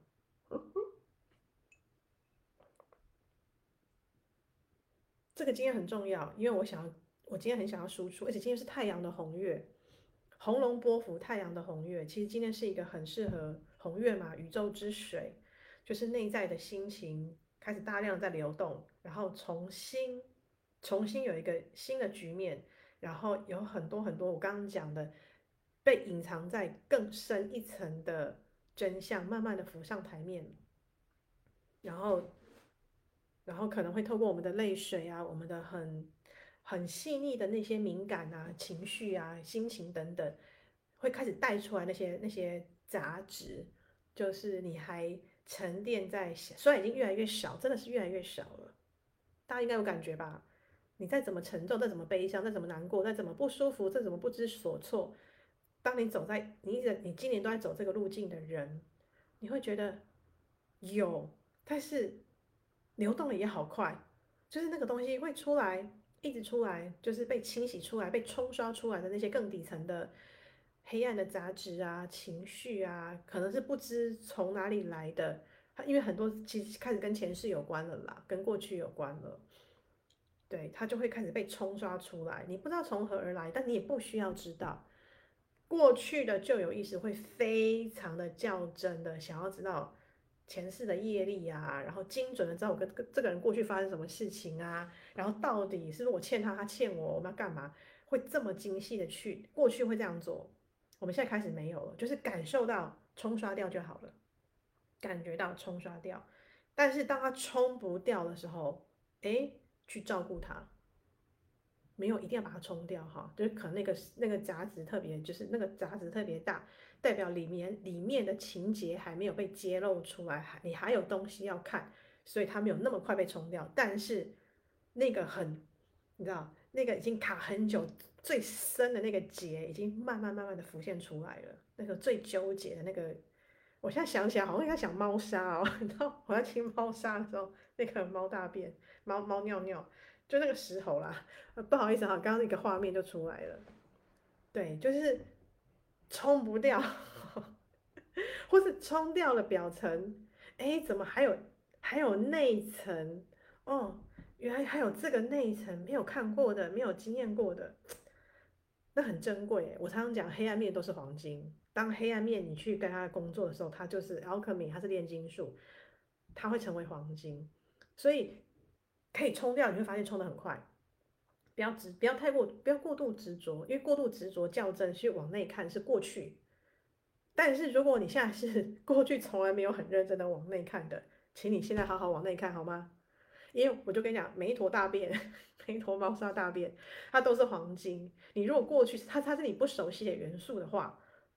这个经验很重要，因为我今天很想要输出，而且今天是太阳的红月，红龙波符太阳的红月，其实今天是一个很适合红月嘛，宇宙之水，就是内在的心情开始大量在流动，然后重新有一个新的局面，然后有很多很多我刚刚讲的被隐藏在更深一层的真相，慢慢的浮上台面，然后可能会透过我们的泪水啊，我们的很细腻的那些敏感啊、情绪啊、心情等等，会开始带出来那些杂质，就是你还沉淀在，虽然已经越来越少，真的是越来越少了，大家应该有感觉吧？你再怎么沉重，再怎么悲伤，再怎么难过，再怎么不舒服，再怎么不知所措，当你走在你今年都在走这个路径的人，你会觉得有，但是流动的也好快，就是那个东西会出来，一直出来，就是被清洗出来、被冲刷出来的那些更底层的黑暗的杂质啊、情绪啊，可能是不知从哪里来的。因为很多其实开始跟前世有关了啦，跟过去有关了，对，它就会开始被冲刷出来。你不知道从何而来，但你也不需要知道。过去的旧有意识会非常的较真的想要知道前世的业力啊，然后精准的知道我跟这个人过去发生什么事情啊，然后到底是不是我欠他，他欠我，我们要干嘛？会这么精细的去，过去会这样做，我们现在开始没有了，就是感受到冲刷掉就好了，感觉到冲刷掉。但是当他冲不掉的时候，诶，去照顾他，没有一定要把它冲掉哈，就是可能那个杂质特别，就是那个杂质特别大，代表里面的情节还没有被揭露出来，你还有东西要看，所以它没有那么快被冲掉。但是那个你知道，那个已经卡很久、最深的那个结，已经慢慢的浮现出来了。那个最纠结的那个，我现在想起来好像在想猫砂哦，你知道我在清猫砂的时候，那个猫大便、猫尿尿，就那个石头啦。不好意思哈，刚刚那个画面就出来了。对，就是冲不掉，或是冲掉了表层，哎，怎么还有内层？哦，原来还有这个内层没有看过的，没有经验过的，那很珍贵耶。我常常讲，黑暗面都是黄金。当黑暗面你去跟他工作的时候，它就是 alchemy，它是炼金术，它会成为黄金。所以可以冲掉，你会发现冲的很快。不要过度执着，因为过度执着较真去往内看是过去，但是如果你现在是过去从来没有很认真的往内看的，请你现在好好往内看好吗？因为我就跟你讲，每一坨大便，每一坨猫砂大便，它都是黄金。你如果过去它是你不熟悉的元素的话，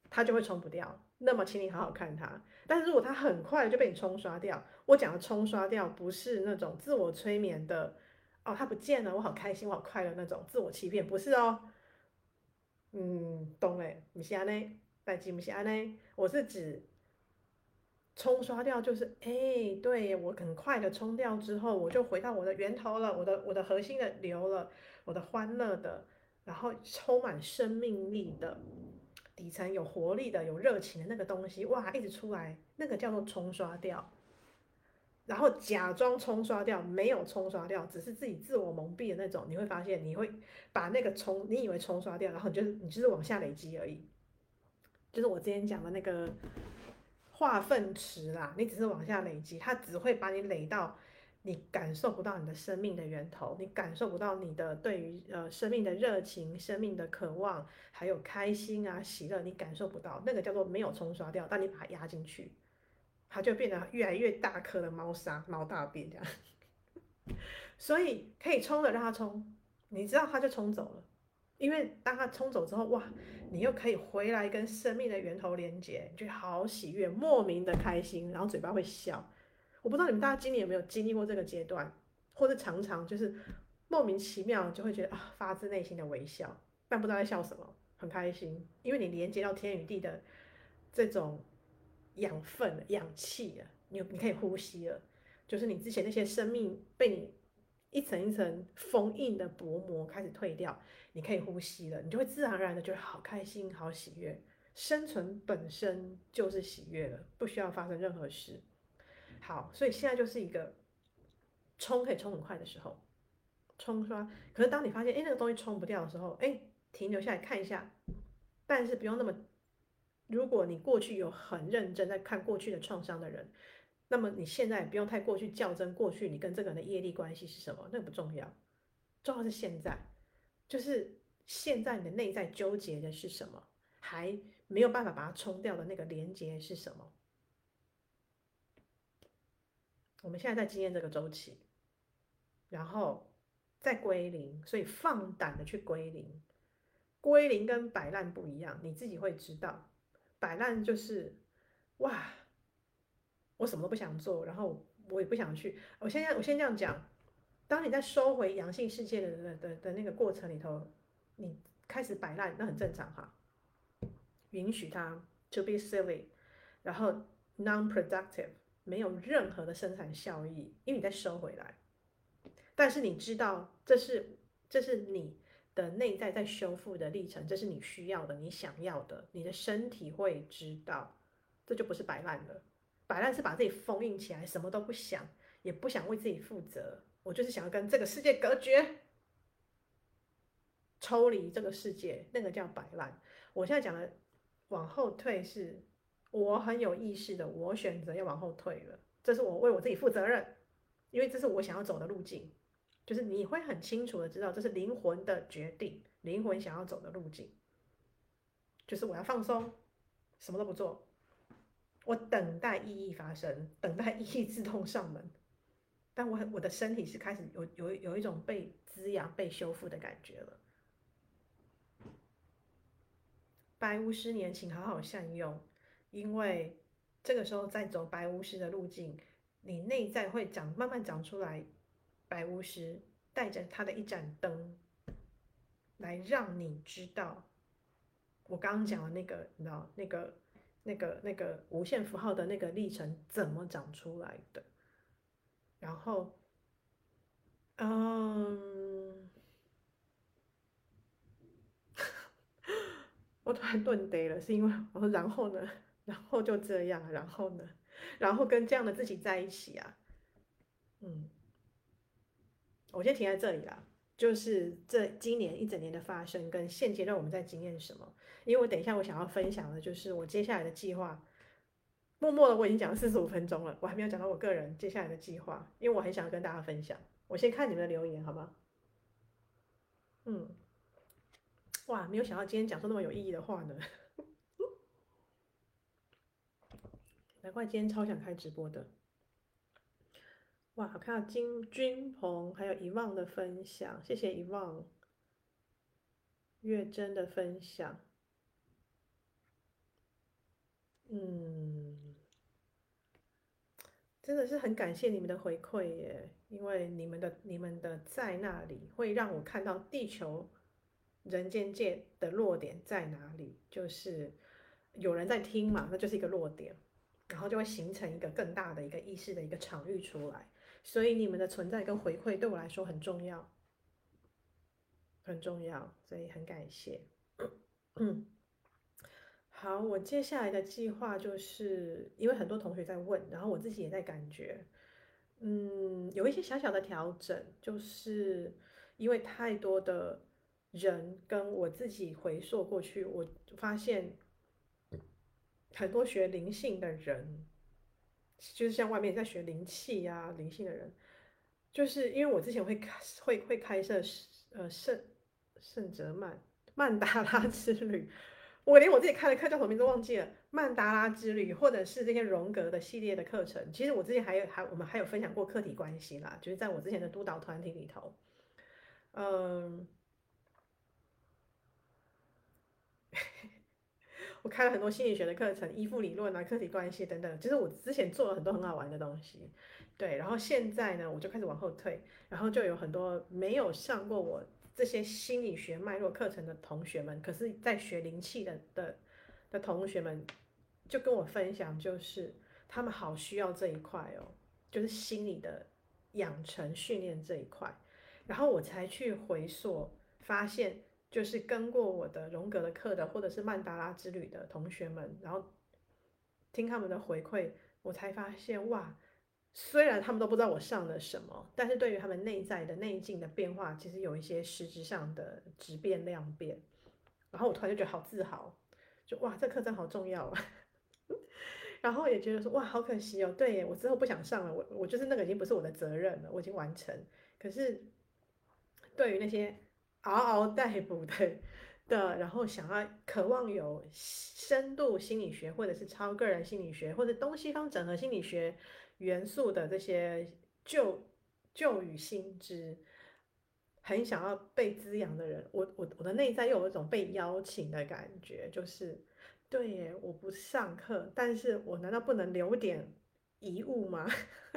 它就会冲不掉。那么，请你好好看它。但是如果它很快就被你冲刷掉，我讲的冲刷掉不是那种自我催眠的，哦，它不见了，我好开心，我好快乐那种自我欺骗，不是哦。懂嘞，不是安呢，代志不是安呢，我是指冲刷掉，就是对我很快的冲掉之后，我就回到我的源头了，我的核心的流了，我的欢乐的，然后充满生命力的底层有活力的、有热情的那个东西，哇，一直出来，那个叫做冲刷掉。然后假装冲刷掉，没有冲刷掉，只是自己自我蒙蔽的那种，你会发现你会把那个你以为冲刷掉，然后你就是往下累积而已。就是我之前讲的那个化粪池啦，你只是往下累积，它只会把你累到你感受不到你的生命的源头，你感受不到你的对于生命的热情、生命的渴望，还有开心啊、喜乐，你感受不到，那个叫做没有冲刷掉，但你把它压进去，它就变得越来越大颗的猫砂、猫大便这样。所以可以冲的让它冲，你知道它就冲走了。因为当它冲走之后，哇，你又可以回来跟生命的源头连接，你就好喜悦，莫名的开心，然后嘴巴会笑。我不知道你们大家今年有没有经历过这个阶段，或者常常就是莫名其妙就会觉得啊，发自内心的微笑，但不知道在笑什么，很开心，因为你连接到天与地的这种养分、氧气了，你可以呼吸了，就是你之前那些生命被你一层一层封印的薄膜开始退掉。你可以呼吸了，你就会自然而然的觉得好开心、好喜悦。生存本身就是喜悦了，不需要发生任何事。好，所以现在就是一个冲可以冲很快的时候，冲刷。可是当你发现那个东西冲不掉的时候，停留下来看一下，但是不用那么。如果你过去有很认真在看过去的创伤的人，那么你现在也不用太过去较真过去你跟这个人的业力关系是什么，那个不重要，重要是现在。就是现在你的内在纠结的是什么，还没有办法把它冲掉的那个连接是什么？我们现在在经验这个周期，然后再归零，所以放胆的去归零。归零跟摆烂不一样，你自己会知道。摆烂就是哇，我什么都不想做，然后我也不想去。我先这样讲，当你在收回阳性世界的那个过程里头，你开始摆烂，那很正常哈。允许它 to be silly，然后 non-productive，没有任何的生产效益，因为你再收回来。但是你知道，这是你的内在在修复的历程，这是你需要的，你想要的，你的身体会知道，这就不是摆烂了。摆烂是把自己封印起来，什么都不想，也不想为自己负责，我就是想要跟这个世界隔绝，抽离这个世界，那个叫摆烂。我现在讲的往后退是，我很有意识的，我选择要往后退了，这是我为我自己负责任，因为这是我想要走的路径，就是你会很清楚的知道，这是灵魂的决定，灵魂想要走的路径，就是我要放松，什么都不做，我等待意义发生，等待意义自动上门，但我的身体是开始有一种被滋养、被修复的感觉了。白巫师年，请好好善用，因为这个时候在走白巫师的路径，你内在会慢慢长出来。白巫师带着他的一盏灯，来让你知道我刚刚讲的那个，你知道那个无限符号的那个历程怎么长出来的。然后，嗯，我突然顿呆了，是因为我说然后呢，然后就这样，然后呢，然后跟这样的自己在一起啊。嗯，我先停在这里啦。就是这今年一整年的发生跟现阶段我们在经验什么？因为我等一下我想要分享的就是我接下来的计划。默默的我已经讲了45分钟了，我还没有讲到我个人接下来的计划，因为我很想跟大家分享。我先看你们的留言好吗？嗯，哇，没有想到今天讲出那么有意义的话呢，难怪今天超想开直播的。哇，看到君鹏还有遗忘的分享，谢谢遗忘月真的分享。 嗯，真的是很感谢你们的回馈耶，因为你们的在那里会让我看到地球人间界的落点在哪里，就是有人在听嘛，那就是一个落点，然后就会形成一个更大的一个意识的一个场域出来，所以你们的存在跟回馈对我来说很重要，很重要，所以很感谢。嗯，好，我接下来的计划就是因为很多同学在问，然后我自己也在感觉。有一些小小的调整，就是因为太多的人跟我自己回溯过去，我发现很多学灵性的人，就是像外面在学灵气呀、灵性的人，就是因为我之前会开设圣哲曼达拉之旅，我连我自己开的课叫什么名字都忘记了，曼达拉之旅，或者是这些荣格的系列的课程。其实我之前我们还有分享过课题关系啦，就是在我之前的督导团体里头，嗯，我开了很多心理学的课程，依附理论啊、课题关系等等，就是我之前做了很多很好玩的东西，对，然后现在呢，我就开始往后退，然后就有很多没有上过我这些心理学脉络课程的同学们，可是在学灵气的同学们，就跟我分享，就是他们好需要这一块哦，就是心理的养成训练这一块，然后我才去回溯，发现就是跟过我的荣格的课的，或者是曼达拉之旅的同学们，然后听他们的回馈，我才发现哇，虽然他们都不知道我上了什么，但是对于他们内在的内境的变化，其实有一些实质上的质变量变，然后我突然就觉得好自豪，就哇，这课真好重要啊！然后也觉得说哇，好可惜哦，对耶，我之后不想上了，我就是那个已经不是我的责任了，我已经完成。可是对于那些嗷嗷待哺然后想要渴望有深度心理学或者是超个人心理学或者东西方整合心理学元素的这些旧旧与新知，很想要被滋养的人，我的内在又有一种被邀请的感觉，就是对耶，我不上课，但是我难道不能留点遗物吗？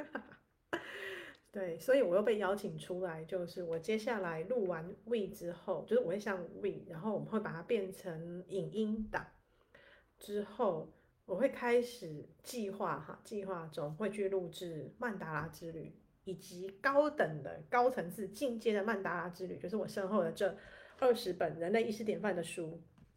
对，所以我又被邀请出来，就是我接下来录完 We 之后，就是我会上 We，然后我们会把它变成影音档，之后我会开始计划中会去录制曼达拉之旅，以及高等的高层次进阶的曼达拉之旅，就是我身后的这20本人类意识典范的书，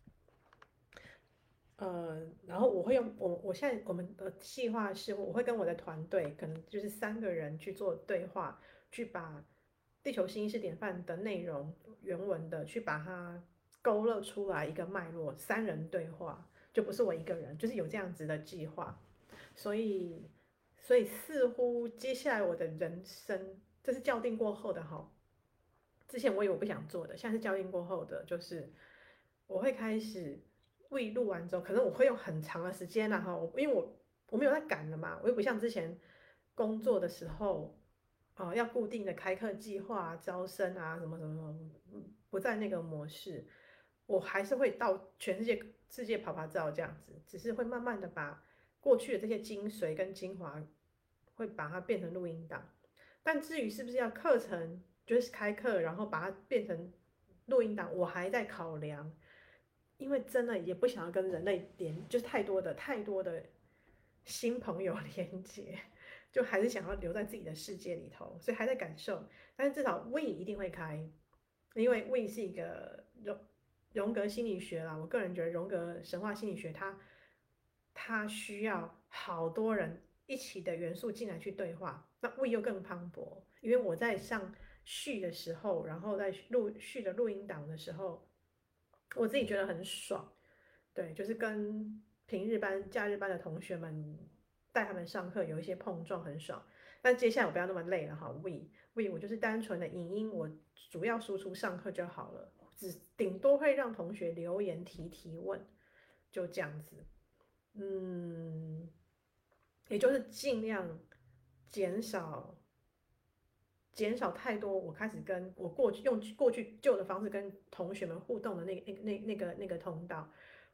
然后我会用我现在我们的计划是，我会跟我的团队，可能就是3个人去做对话，去把地球新意识典范的内容原文的去把它勾勒出来一个脉络，3人对话，就不是我一个人，就是有这样子的计划，所以似乎接下来我的人生，这是校定过后的哈，之前我以为我不想做的，现在是校定过后的，就是我会开始未录完之后，可能我会用很长的时间啦哈，因为我没有在赶了嘛，我又不像之前工作的时候，要固定的开课计划啊、招生啊什么什么什么，不在那个模式，我还是会到全世界跑跑照这样子，只是会慢慢的把过去的这些精髓跟精华，会把它变成录音档。但至于是不是要课程，就是开课，然后把它变成录音档，我还在考量，因为真的也不想要跟人类就是太多的新朋友连接，就还是想要留在自己的世界里头，所以还在感受。但是至少 We 一定会开，因为 We 是一个荣格心理学啦，我个人觉得荣格神话心理学它需要好多人一起的元素进来去对话，那 We 又更磅礴，因为我在上序的时候，然后在序的录音档的时候，我自己觉得很爽，对，就是跟平日班、假日班的同学们带他们上课有一些碰撞，很爽。但接下来我不要那么累了哈，We 我就是单纯的影音，我主要输出上课就好了，顶多会让同学留言提问，就这样子。嗯，也就是尽量减少太多。我开始跟我过去用过去旧的方式跟同学们互动的那个通道，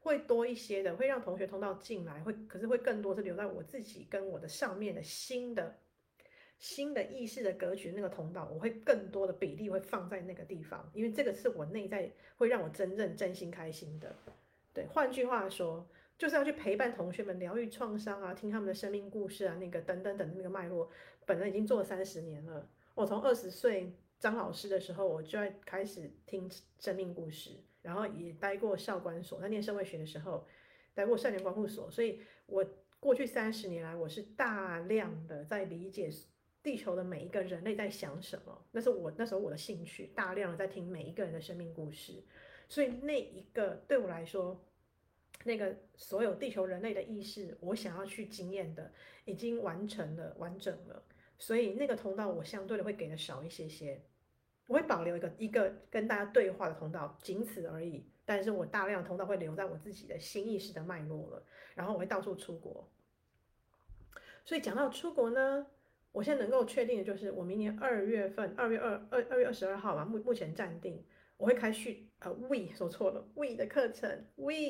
会多一些的，会让同学通道进来，可是会更多是留在我自己跟我的上面的新的意识的格局那个通道，我会更多的比例会放在那个地方，因为这个是我内在会让我真正真心开心的。对，换句话说，就是要去陪伴同学们疗愈创伤啊，听他们的生命故事啊，那个等等等的那个脉络，本人已经做了30年了。我从20岁张老师的时候，我就在开始听生命故事，然后也待过校管所，在念社会学的时候，待过少年观护所，所以我过去30年来，我是大量的在理解地球的每一个人类在想什么，那是我那时候我的兴趣，大量的在听每一个人的生命故事，所以那一个对我来说，那个所有地球人类的意识，我想要去经验的，已经完成了，完整了，所以那个通道我相对的会给的少一些些，我会保留一个跟大家对话的通道，仅此而已。但是我大量的通道会留在我自己的新意识的脉络了，然后我会到处出国。所以讲到出国呢，我现在能够确定的就是，我明年2月份，2月22号嘛，目前暂定，我会开we 说错了，we 的课程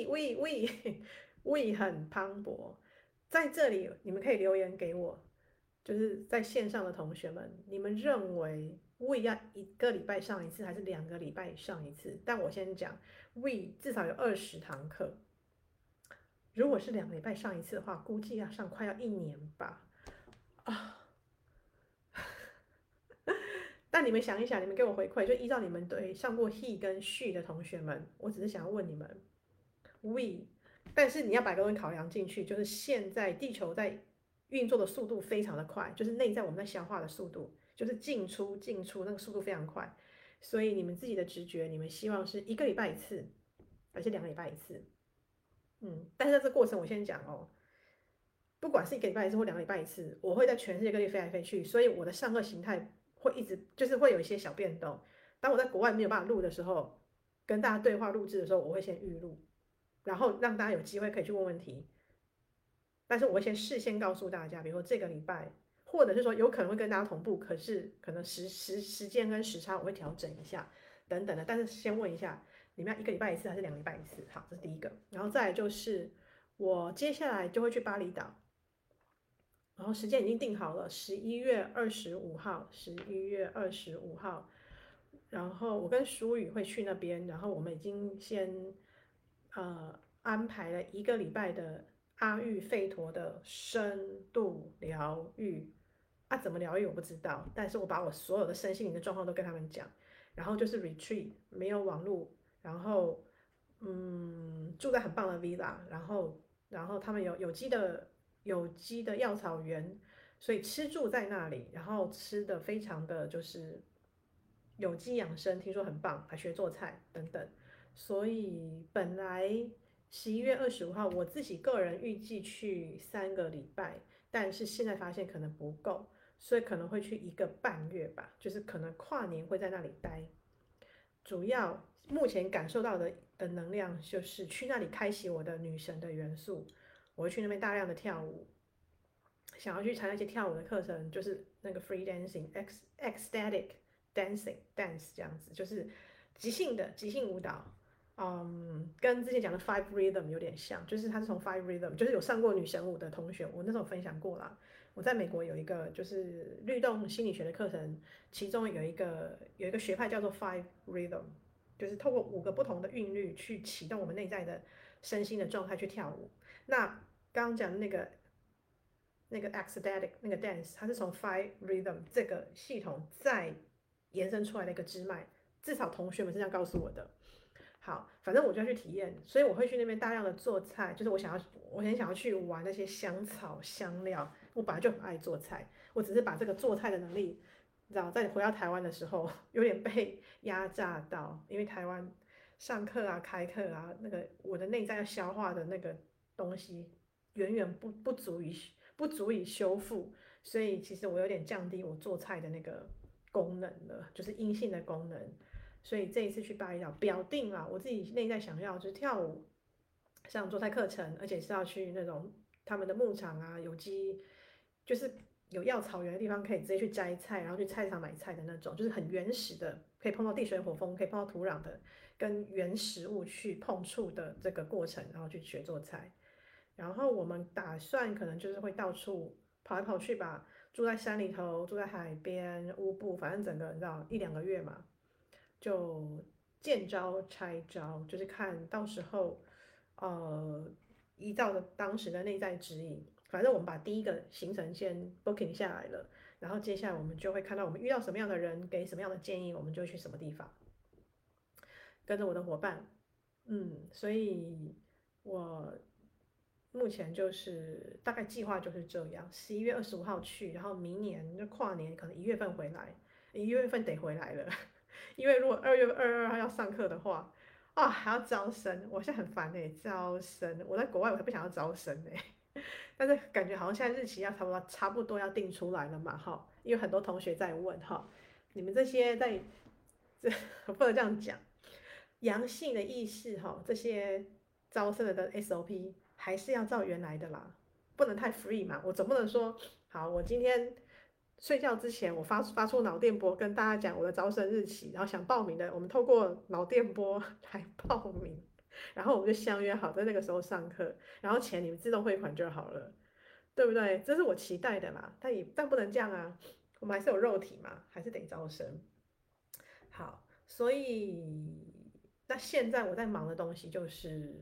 ，we 很磅礴，在这里你们可以留言给我，就是在线上的同学们，你们认为 we 要1个礼拜上一次，还是2个礼拜上一次？但我先讲，we 至少有20堂课。如果是2个礼拜上一次的话，估计要上快要1年吧。啊！但你们想一想，你们给我回馈，就依照你们对上过 he 跟 she 的同学们，我只是想要问你们 we，但是你要把个东西考量进去，就是现在地球在运作的速度非常的快，就是内在我们在消化的速度，就是进出那个速度非常快，所以你们自己的直觉，你们希望是1个礼拜一次，还是2个礼拜一次？但是在这过程我先讲哦，不管是1个礼拜一次或2个礼拜一次，我会在全世界各地飞来飞去，所以我的上课形态会一直就是会有一些小变动。当我在国外没有办法录的时候，跟大家对话录制的时候，我会先预录，然后让大家有机会可以去问问题。但是我会先事先告诉大家，比如说这个礼拜，或者是说有可能会跟大家同步，可是可能时间跟时差我会调整一下，等等的。但是先问一下，你们要1个礼拜一次还是2个礼拜一次？好，这是第一个。然后再来就是我接下来就会去巴厘岛。然后时间已经定好了，11月25号，11月25号。然后我跟舒宇会去那边，然后我们已经先安排了1个礼拜的阿育吠陀的深度疗愈啊，怎么疗愈我不知道，但是我把我所有的身心灵的状况都跟他们讲，然后就是 retreat 没有网络，然后住在很棒的 villa，然后他们有机的药草园，所以吃住在那里，然后吃的非常的就是有机养生，听说很棒，还学做菜等等。所以本来11月25号我自己个人预计去3个礼拜，但是现在发现可能不够，所以可能会去1个半月吧，就是可能跨年会在那里待。主要目前感受到的能量就是去那里开启我的女神的元素，我会去那边大量的跳舞，想要去参加一些跳舞的课程，就是那个 free dancing、ecstatic dance 这样子，就是即兴舞蹈。跟之前讲的 Five Rhythm 有点像，就是它是从 Five Rhythm，就是有上过女神舞的同学，我那时候分享过啦。我在美国有一个就是律动心理学的课程，其中有一个学派叫做 Five Rhythm，就是透过5个不同的韵律去启动我们内在的身心的状态去跳舞。那刚刚讲的那个 ecstatic 那个 dance，它是从 Five Rhythm 这个系统再延伸出来的一个支脉，至少同学们是这样告诉我的。好，反正我就要去体验，所以我会去那边大量的做菜，就是我很想要去玩那些香草香料。我本来就很爱做菜，我只是把这个做菜的能力，你知道，在回到台湾的时候有点被压榨到，因为台湾上课啊、开课啊，那个我的内在要消化的那个东西远远不足以修复，所以其实我有点降低我做菜的那个功能了，就是阴性的功能。所以这一次去巴厘岛，表定了我自己内在想要就是跳舞，上做菜课程，而且是要去那种他们的牧场啊，有机，就是有药草园的地方，可以直接去摘菜，然后去菜场买菜的那种，就是很原始的，可以碰到地水火风，可以碰到土壤的， 跟原食物去碰触的这个过程，然后去学做菜。然后我们打算可能就是会到处跑来跑去吧，住在山里头，住在海边、乌布，反正整个你知道1-2个月嘛，就见招拆招，就是看到时候呃依照着当时的内在指引，反正我们把第一个行程先 booking 下来了，然后接下来我们就会看到我们遇到什么样的人，给什么样的建议，我们就去什么地方，跟着我的伙伴，所以我目前就是大概计划就是这样，11月25号去，然后明年就跨年可能1月份回来，1月份得回来了，因为如果2月22号要上课的话，啊还要招生，我现在很烦招生，我在国外我才不想要招生但是感觉好像现在日期要差不多要定出来了嘛哈，因为很多同学在问哈，你们这些我不能这样讲。阳性的意识哈，这些招生的 SOP 还是要照原来的啦，不能太 free 嘛。我总不能说，好，我今天睡觉之前我发出脑电波跟大家讲我的招生日期，然后想报名的，我们透过脑电波来报名，然后我们就相约好在那个时候上课，然后钱你们自动汇款就好了，对不对？这是我期待的啦，但不能这样啊，我们还是有肉体嘛，还是得招生。好，所以那现在我在忙的东西就是，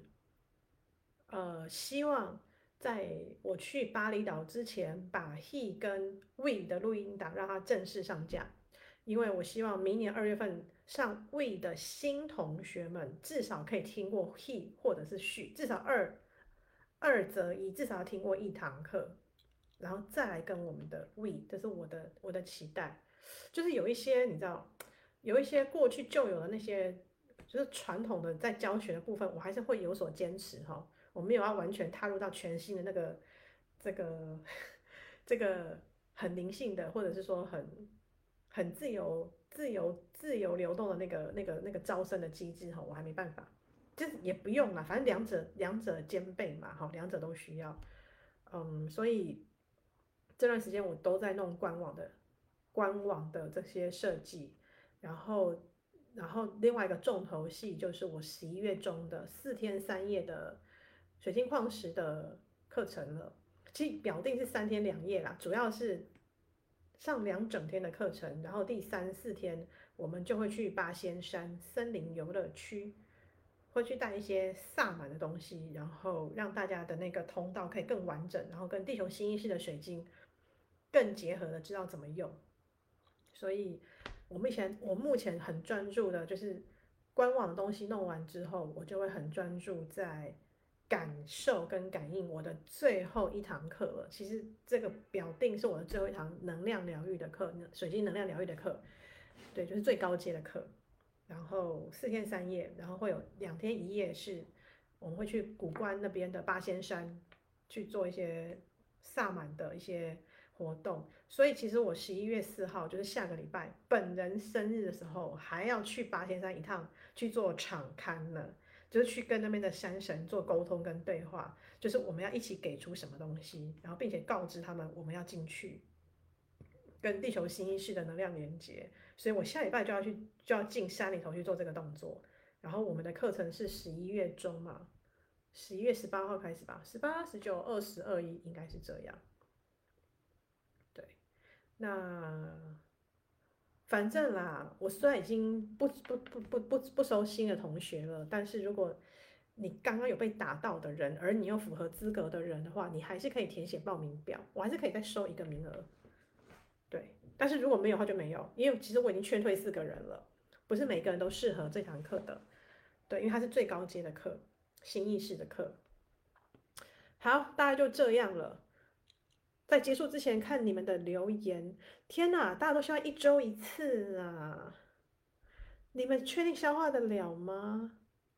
希望在我去巴厘岛之前，把 He 跟 We 的录音档让它正式上架，因为我希望明年2月份上 We 的新同学们至少可以听过 He 或者是 She，至少二择一，至少要听过1堂课，然后再来跟我们的 We，这是我的期待，就是有一些你知道。有一些过去就有的那些，就是传统的在教学的部分，我还是会有所坚持哈。我没有要完全踏入到全新的这个这个很灵性的，或者是说很自由流动的那个招生的机制哈，我还没办法，就是也不用啦，反正两者兼备嘛，好，两者都需要。所以这段时间我都在弄官网的这些设计，然后另外一个重头戏就是我11月中的4天3夜的水晶矿石的课程了。其实表定是3天2夜啦，主要是上2整天的课程，然后第3、4天我们就会去八仙山森林游乐区，会去带一些萨满的东西，然后让大家的那个通道可以更完整，然后跟地球新意识的水晶更结合的知道怎么用。所以我目前很专注的就是官网的东西弄完之后，我就会很专注在感受跟感应我的最后1堂课了。其实这个表定是我的最后一堂能量疗愈的课，水晶能量疗愈的课，对，就是最高阶的课。然后4天3夜，然后会有2天1夜是我们会去古关那边的八仙山去做一些萨满的一些活动。所以其实我11月4号就是下个礼拜本人生日的时候，还要去八仙山一趟去做场勘呢，就是去跟那边的山神做沟通跟对话，就是我们要一起给出什么东西，然后并且告知他们我们要进去跟地球新意识的能量连接。所以我下礼拜就要进山里头去做这个动作。然后我们的课程是11月中嘛，11月18号开始吧，18、19、20、21应该是这样。对，那反正啦，我虽然已经不收新的同学了，但是如果你刚刚有被打到的人，而你又符合资格的人的话，你还是可以填写报名表，我还是可以再收1个名额。对，但是如果没有的话就没有，因为其实我已经劝退4个人了，不是每个人都适合这堂课的。对，因为它是最高阶的课，新意识的课。好，大概就这样了。在结束之前看你们的留言，天哪，大家都需要1周1次啊！你们确定消化得了吗？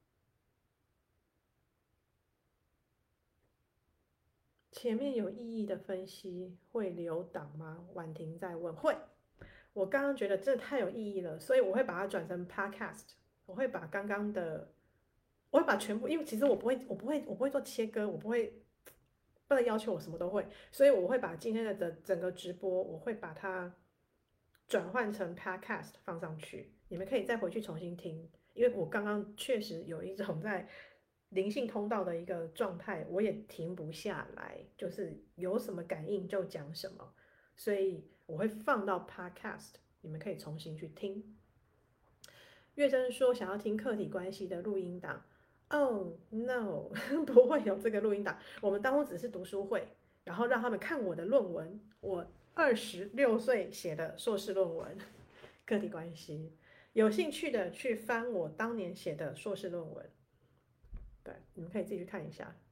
前面有意义的分析会留档吗？婉婷在问，会。我刚刚觉得这太有意义了，所以我会把它转成 podcast。我会把刚刚的，我会把全部，因为其实我不会做切割，不能要求我什么都会，所以我会把今天的整个直播，我会把它转换成 podcast 放上去，你们可以再回去重新听。 因为我刚刚确实有一种在灵性通道的一个状态，我也停不下来，就是有什么感应就讲什么，所以我会放到 Podcast，你们可以重新去听。月珍说想要听客体关系的录音档，Oh no，不会有这个录音档。我们当初只是读书会，然后让他们看我的论文，我26岁写的硕士论文，客体关系。有兴趣的去翻我当年写的硕士论文，对，你们可以自己去看一下。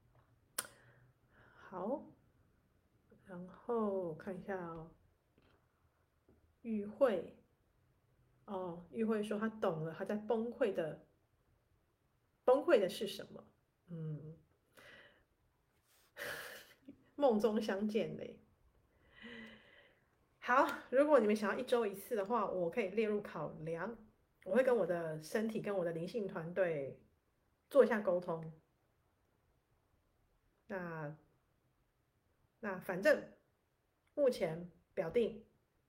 好，然后看一下哦，玉慧哦，玉慧说她懂了，她在崩溃的是什么？嗯，梦中相见嘞。好，如果你们想要1周1次的话，我可以列入考量。我会跟我的身体跟我的灵性团队做一下沟通。那反正目前表定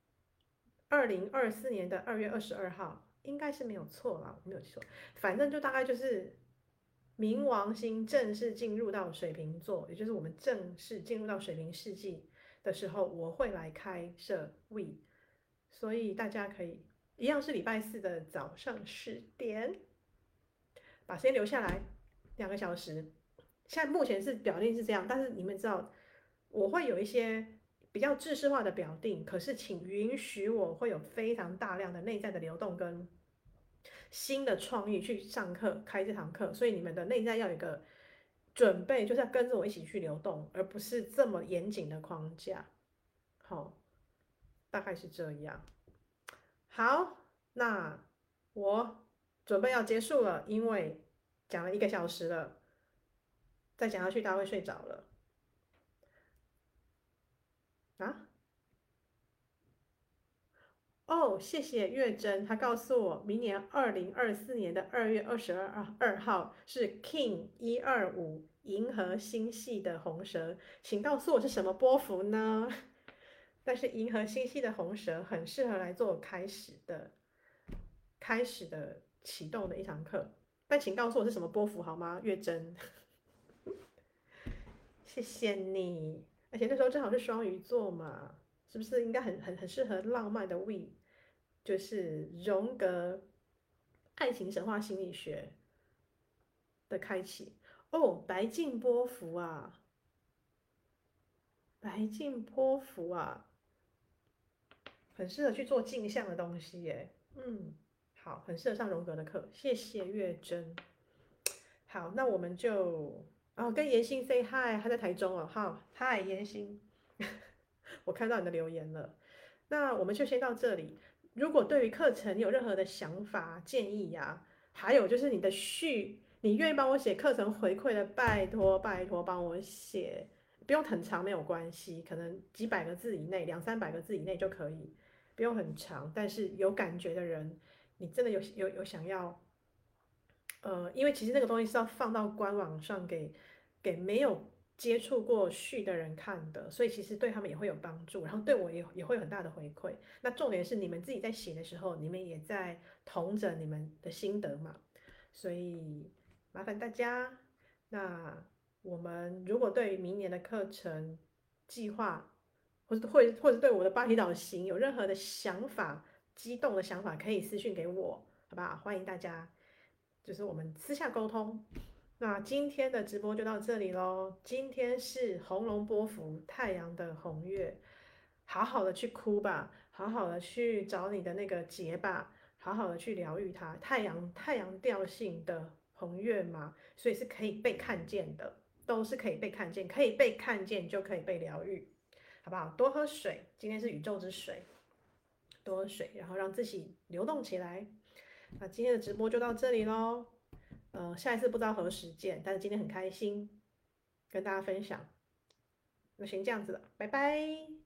2024年的2月22号应该是没有错啦，没有错。反正就大概就是冥王星正式进入到水瓶座，也就是我们正式进入到水瓶世纪的时候，我会来开设 We，所以大家可以一样是礼拜四的早上10点，把时间留下来2个小时。现在目前是表定是这样，但是你们知道我会有一些比较制式化的表定，可是请允许我会有非常大量的内在的流动跟新的创意去上课开这堂课，所以你们的内在要有一个准备，就是要跟着我一起去流动，而不是这么严谨的框架。好，大概是这样。好，那我准备要结束了，因为讲了1个小时了，再讲下去大家会睡着了啊。哦，谢谢月珍，他告诉我，明年2024年的2月22号是 King 125银河星系的红蛇，请告诉我是什么波幅呢？但是银河星系的红蛇很适合来做开始的启动的一堂课，但请告诉我是什么波幅好吗？月珍，谢谢你。而且那时候正好是双鱼座嘛，是不是应该很适合浪漫的 We，就是荣格爱情神话心理学的开启。哦，白净波幅啊，白净波幅啊，很适合去做镜像的东西耶。嗯，好，很适合上荣格的课。谢谢月珍。好，那我们就跟妍心 say hi，他在台中哦。好，hi 妍心，我看到你的留言了。那我们就先到这里。如果对于课程你有任何的想法、建议呀、还有就是你的你愿意帮我写课程回馈的，拜托拜托帮我写，不用很长没有关系，可能几百个字以内，200-300个字以内就可以，不用很长。但是有感觉的人，你真的有想要，因为其实那个东西是要放到官网上给没有接触过序的人看的，所以其实对他们也会有帮助，然后对我也会有很大的回馈。那重点是你们自己在写的时候，你们也在同着你们的心得嘛，所以麻烦大家。那我们如果对于明年的课程计划，或者对我的巴厘岛行有任何的想法、激动的想法，可以私讯给我，好不好？欢迎大家，就是我们私下沟通。那今天的直播就到这里喽。今天是红龙波符太阳的红月，好好的去哭吧，好好的去找你的那个结吧，好好的去疗愈它。太阳调性的红月嘛，所以是可以被看见的，都是可以被看见，可以被看见就可以被疗愈，好不好？多喝水，今天是宇宙之水，多喝水，然后让自己流动起来。那今天的直播就到这里喽。下一次不知道何时见，但是今天很开心跟大家分享，那先这样子了，拜拜。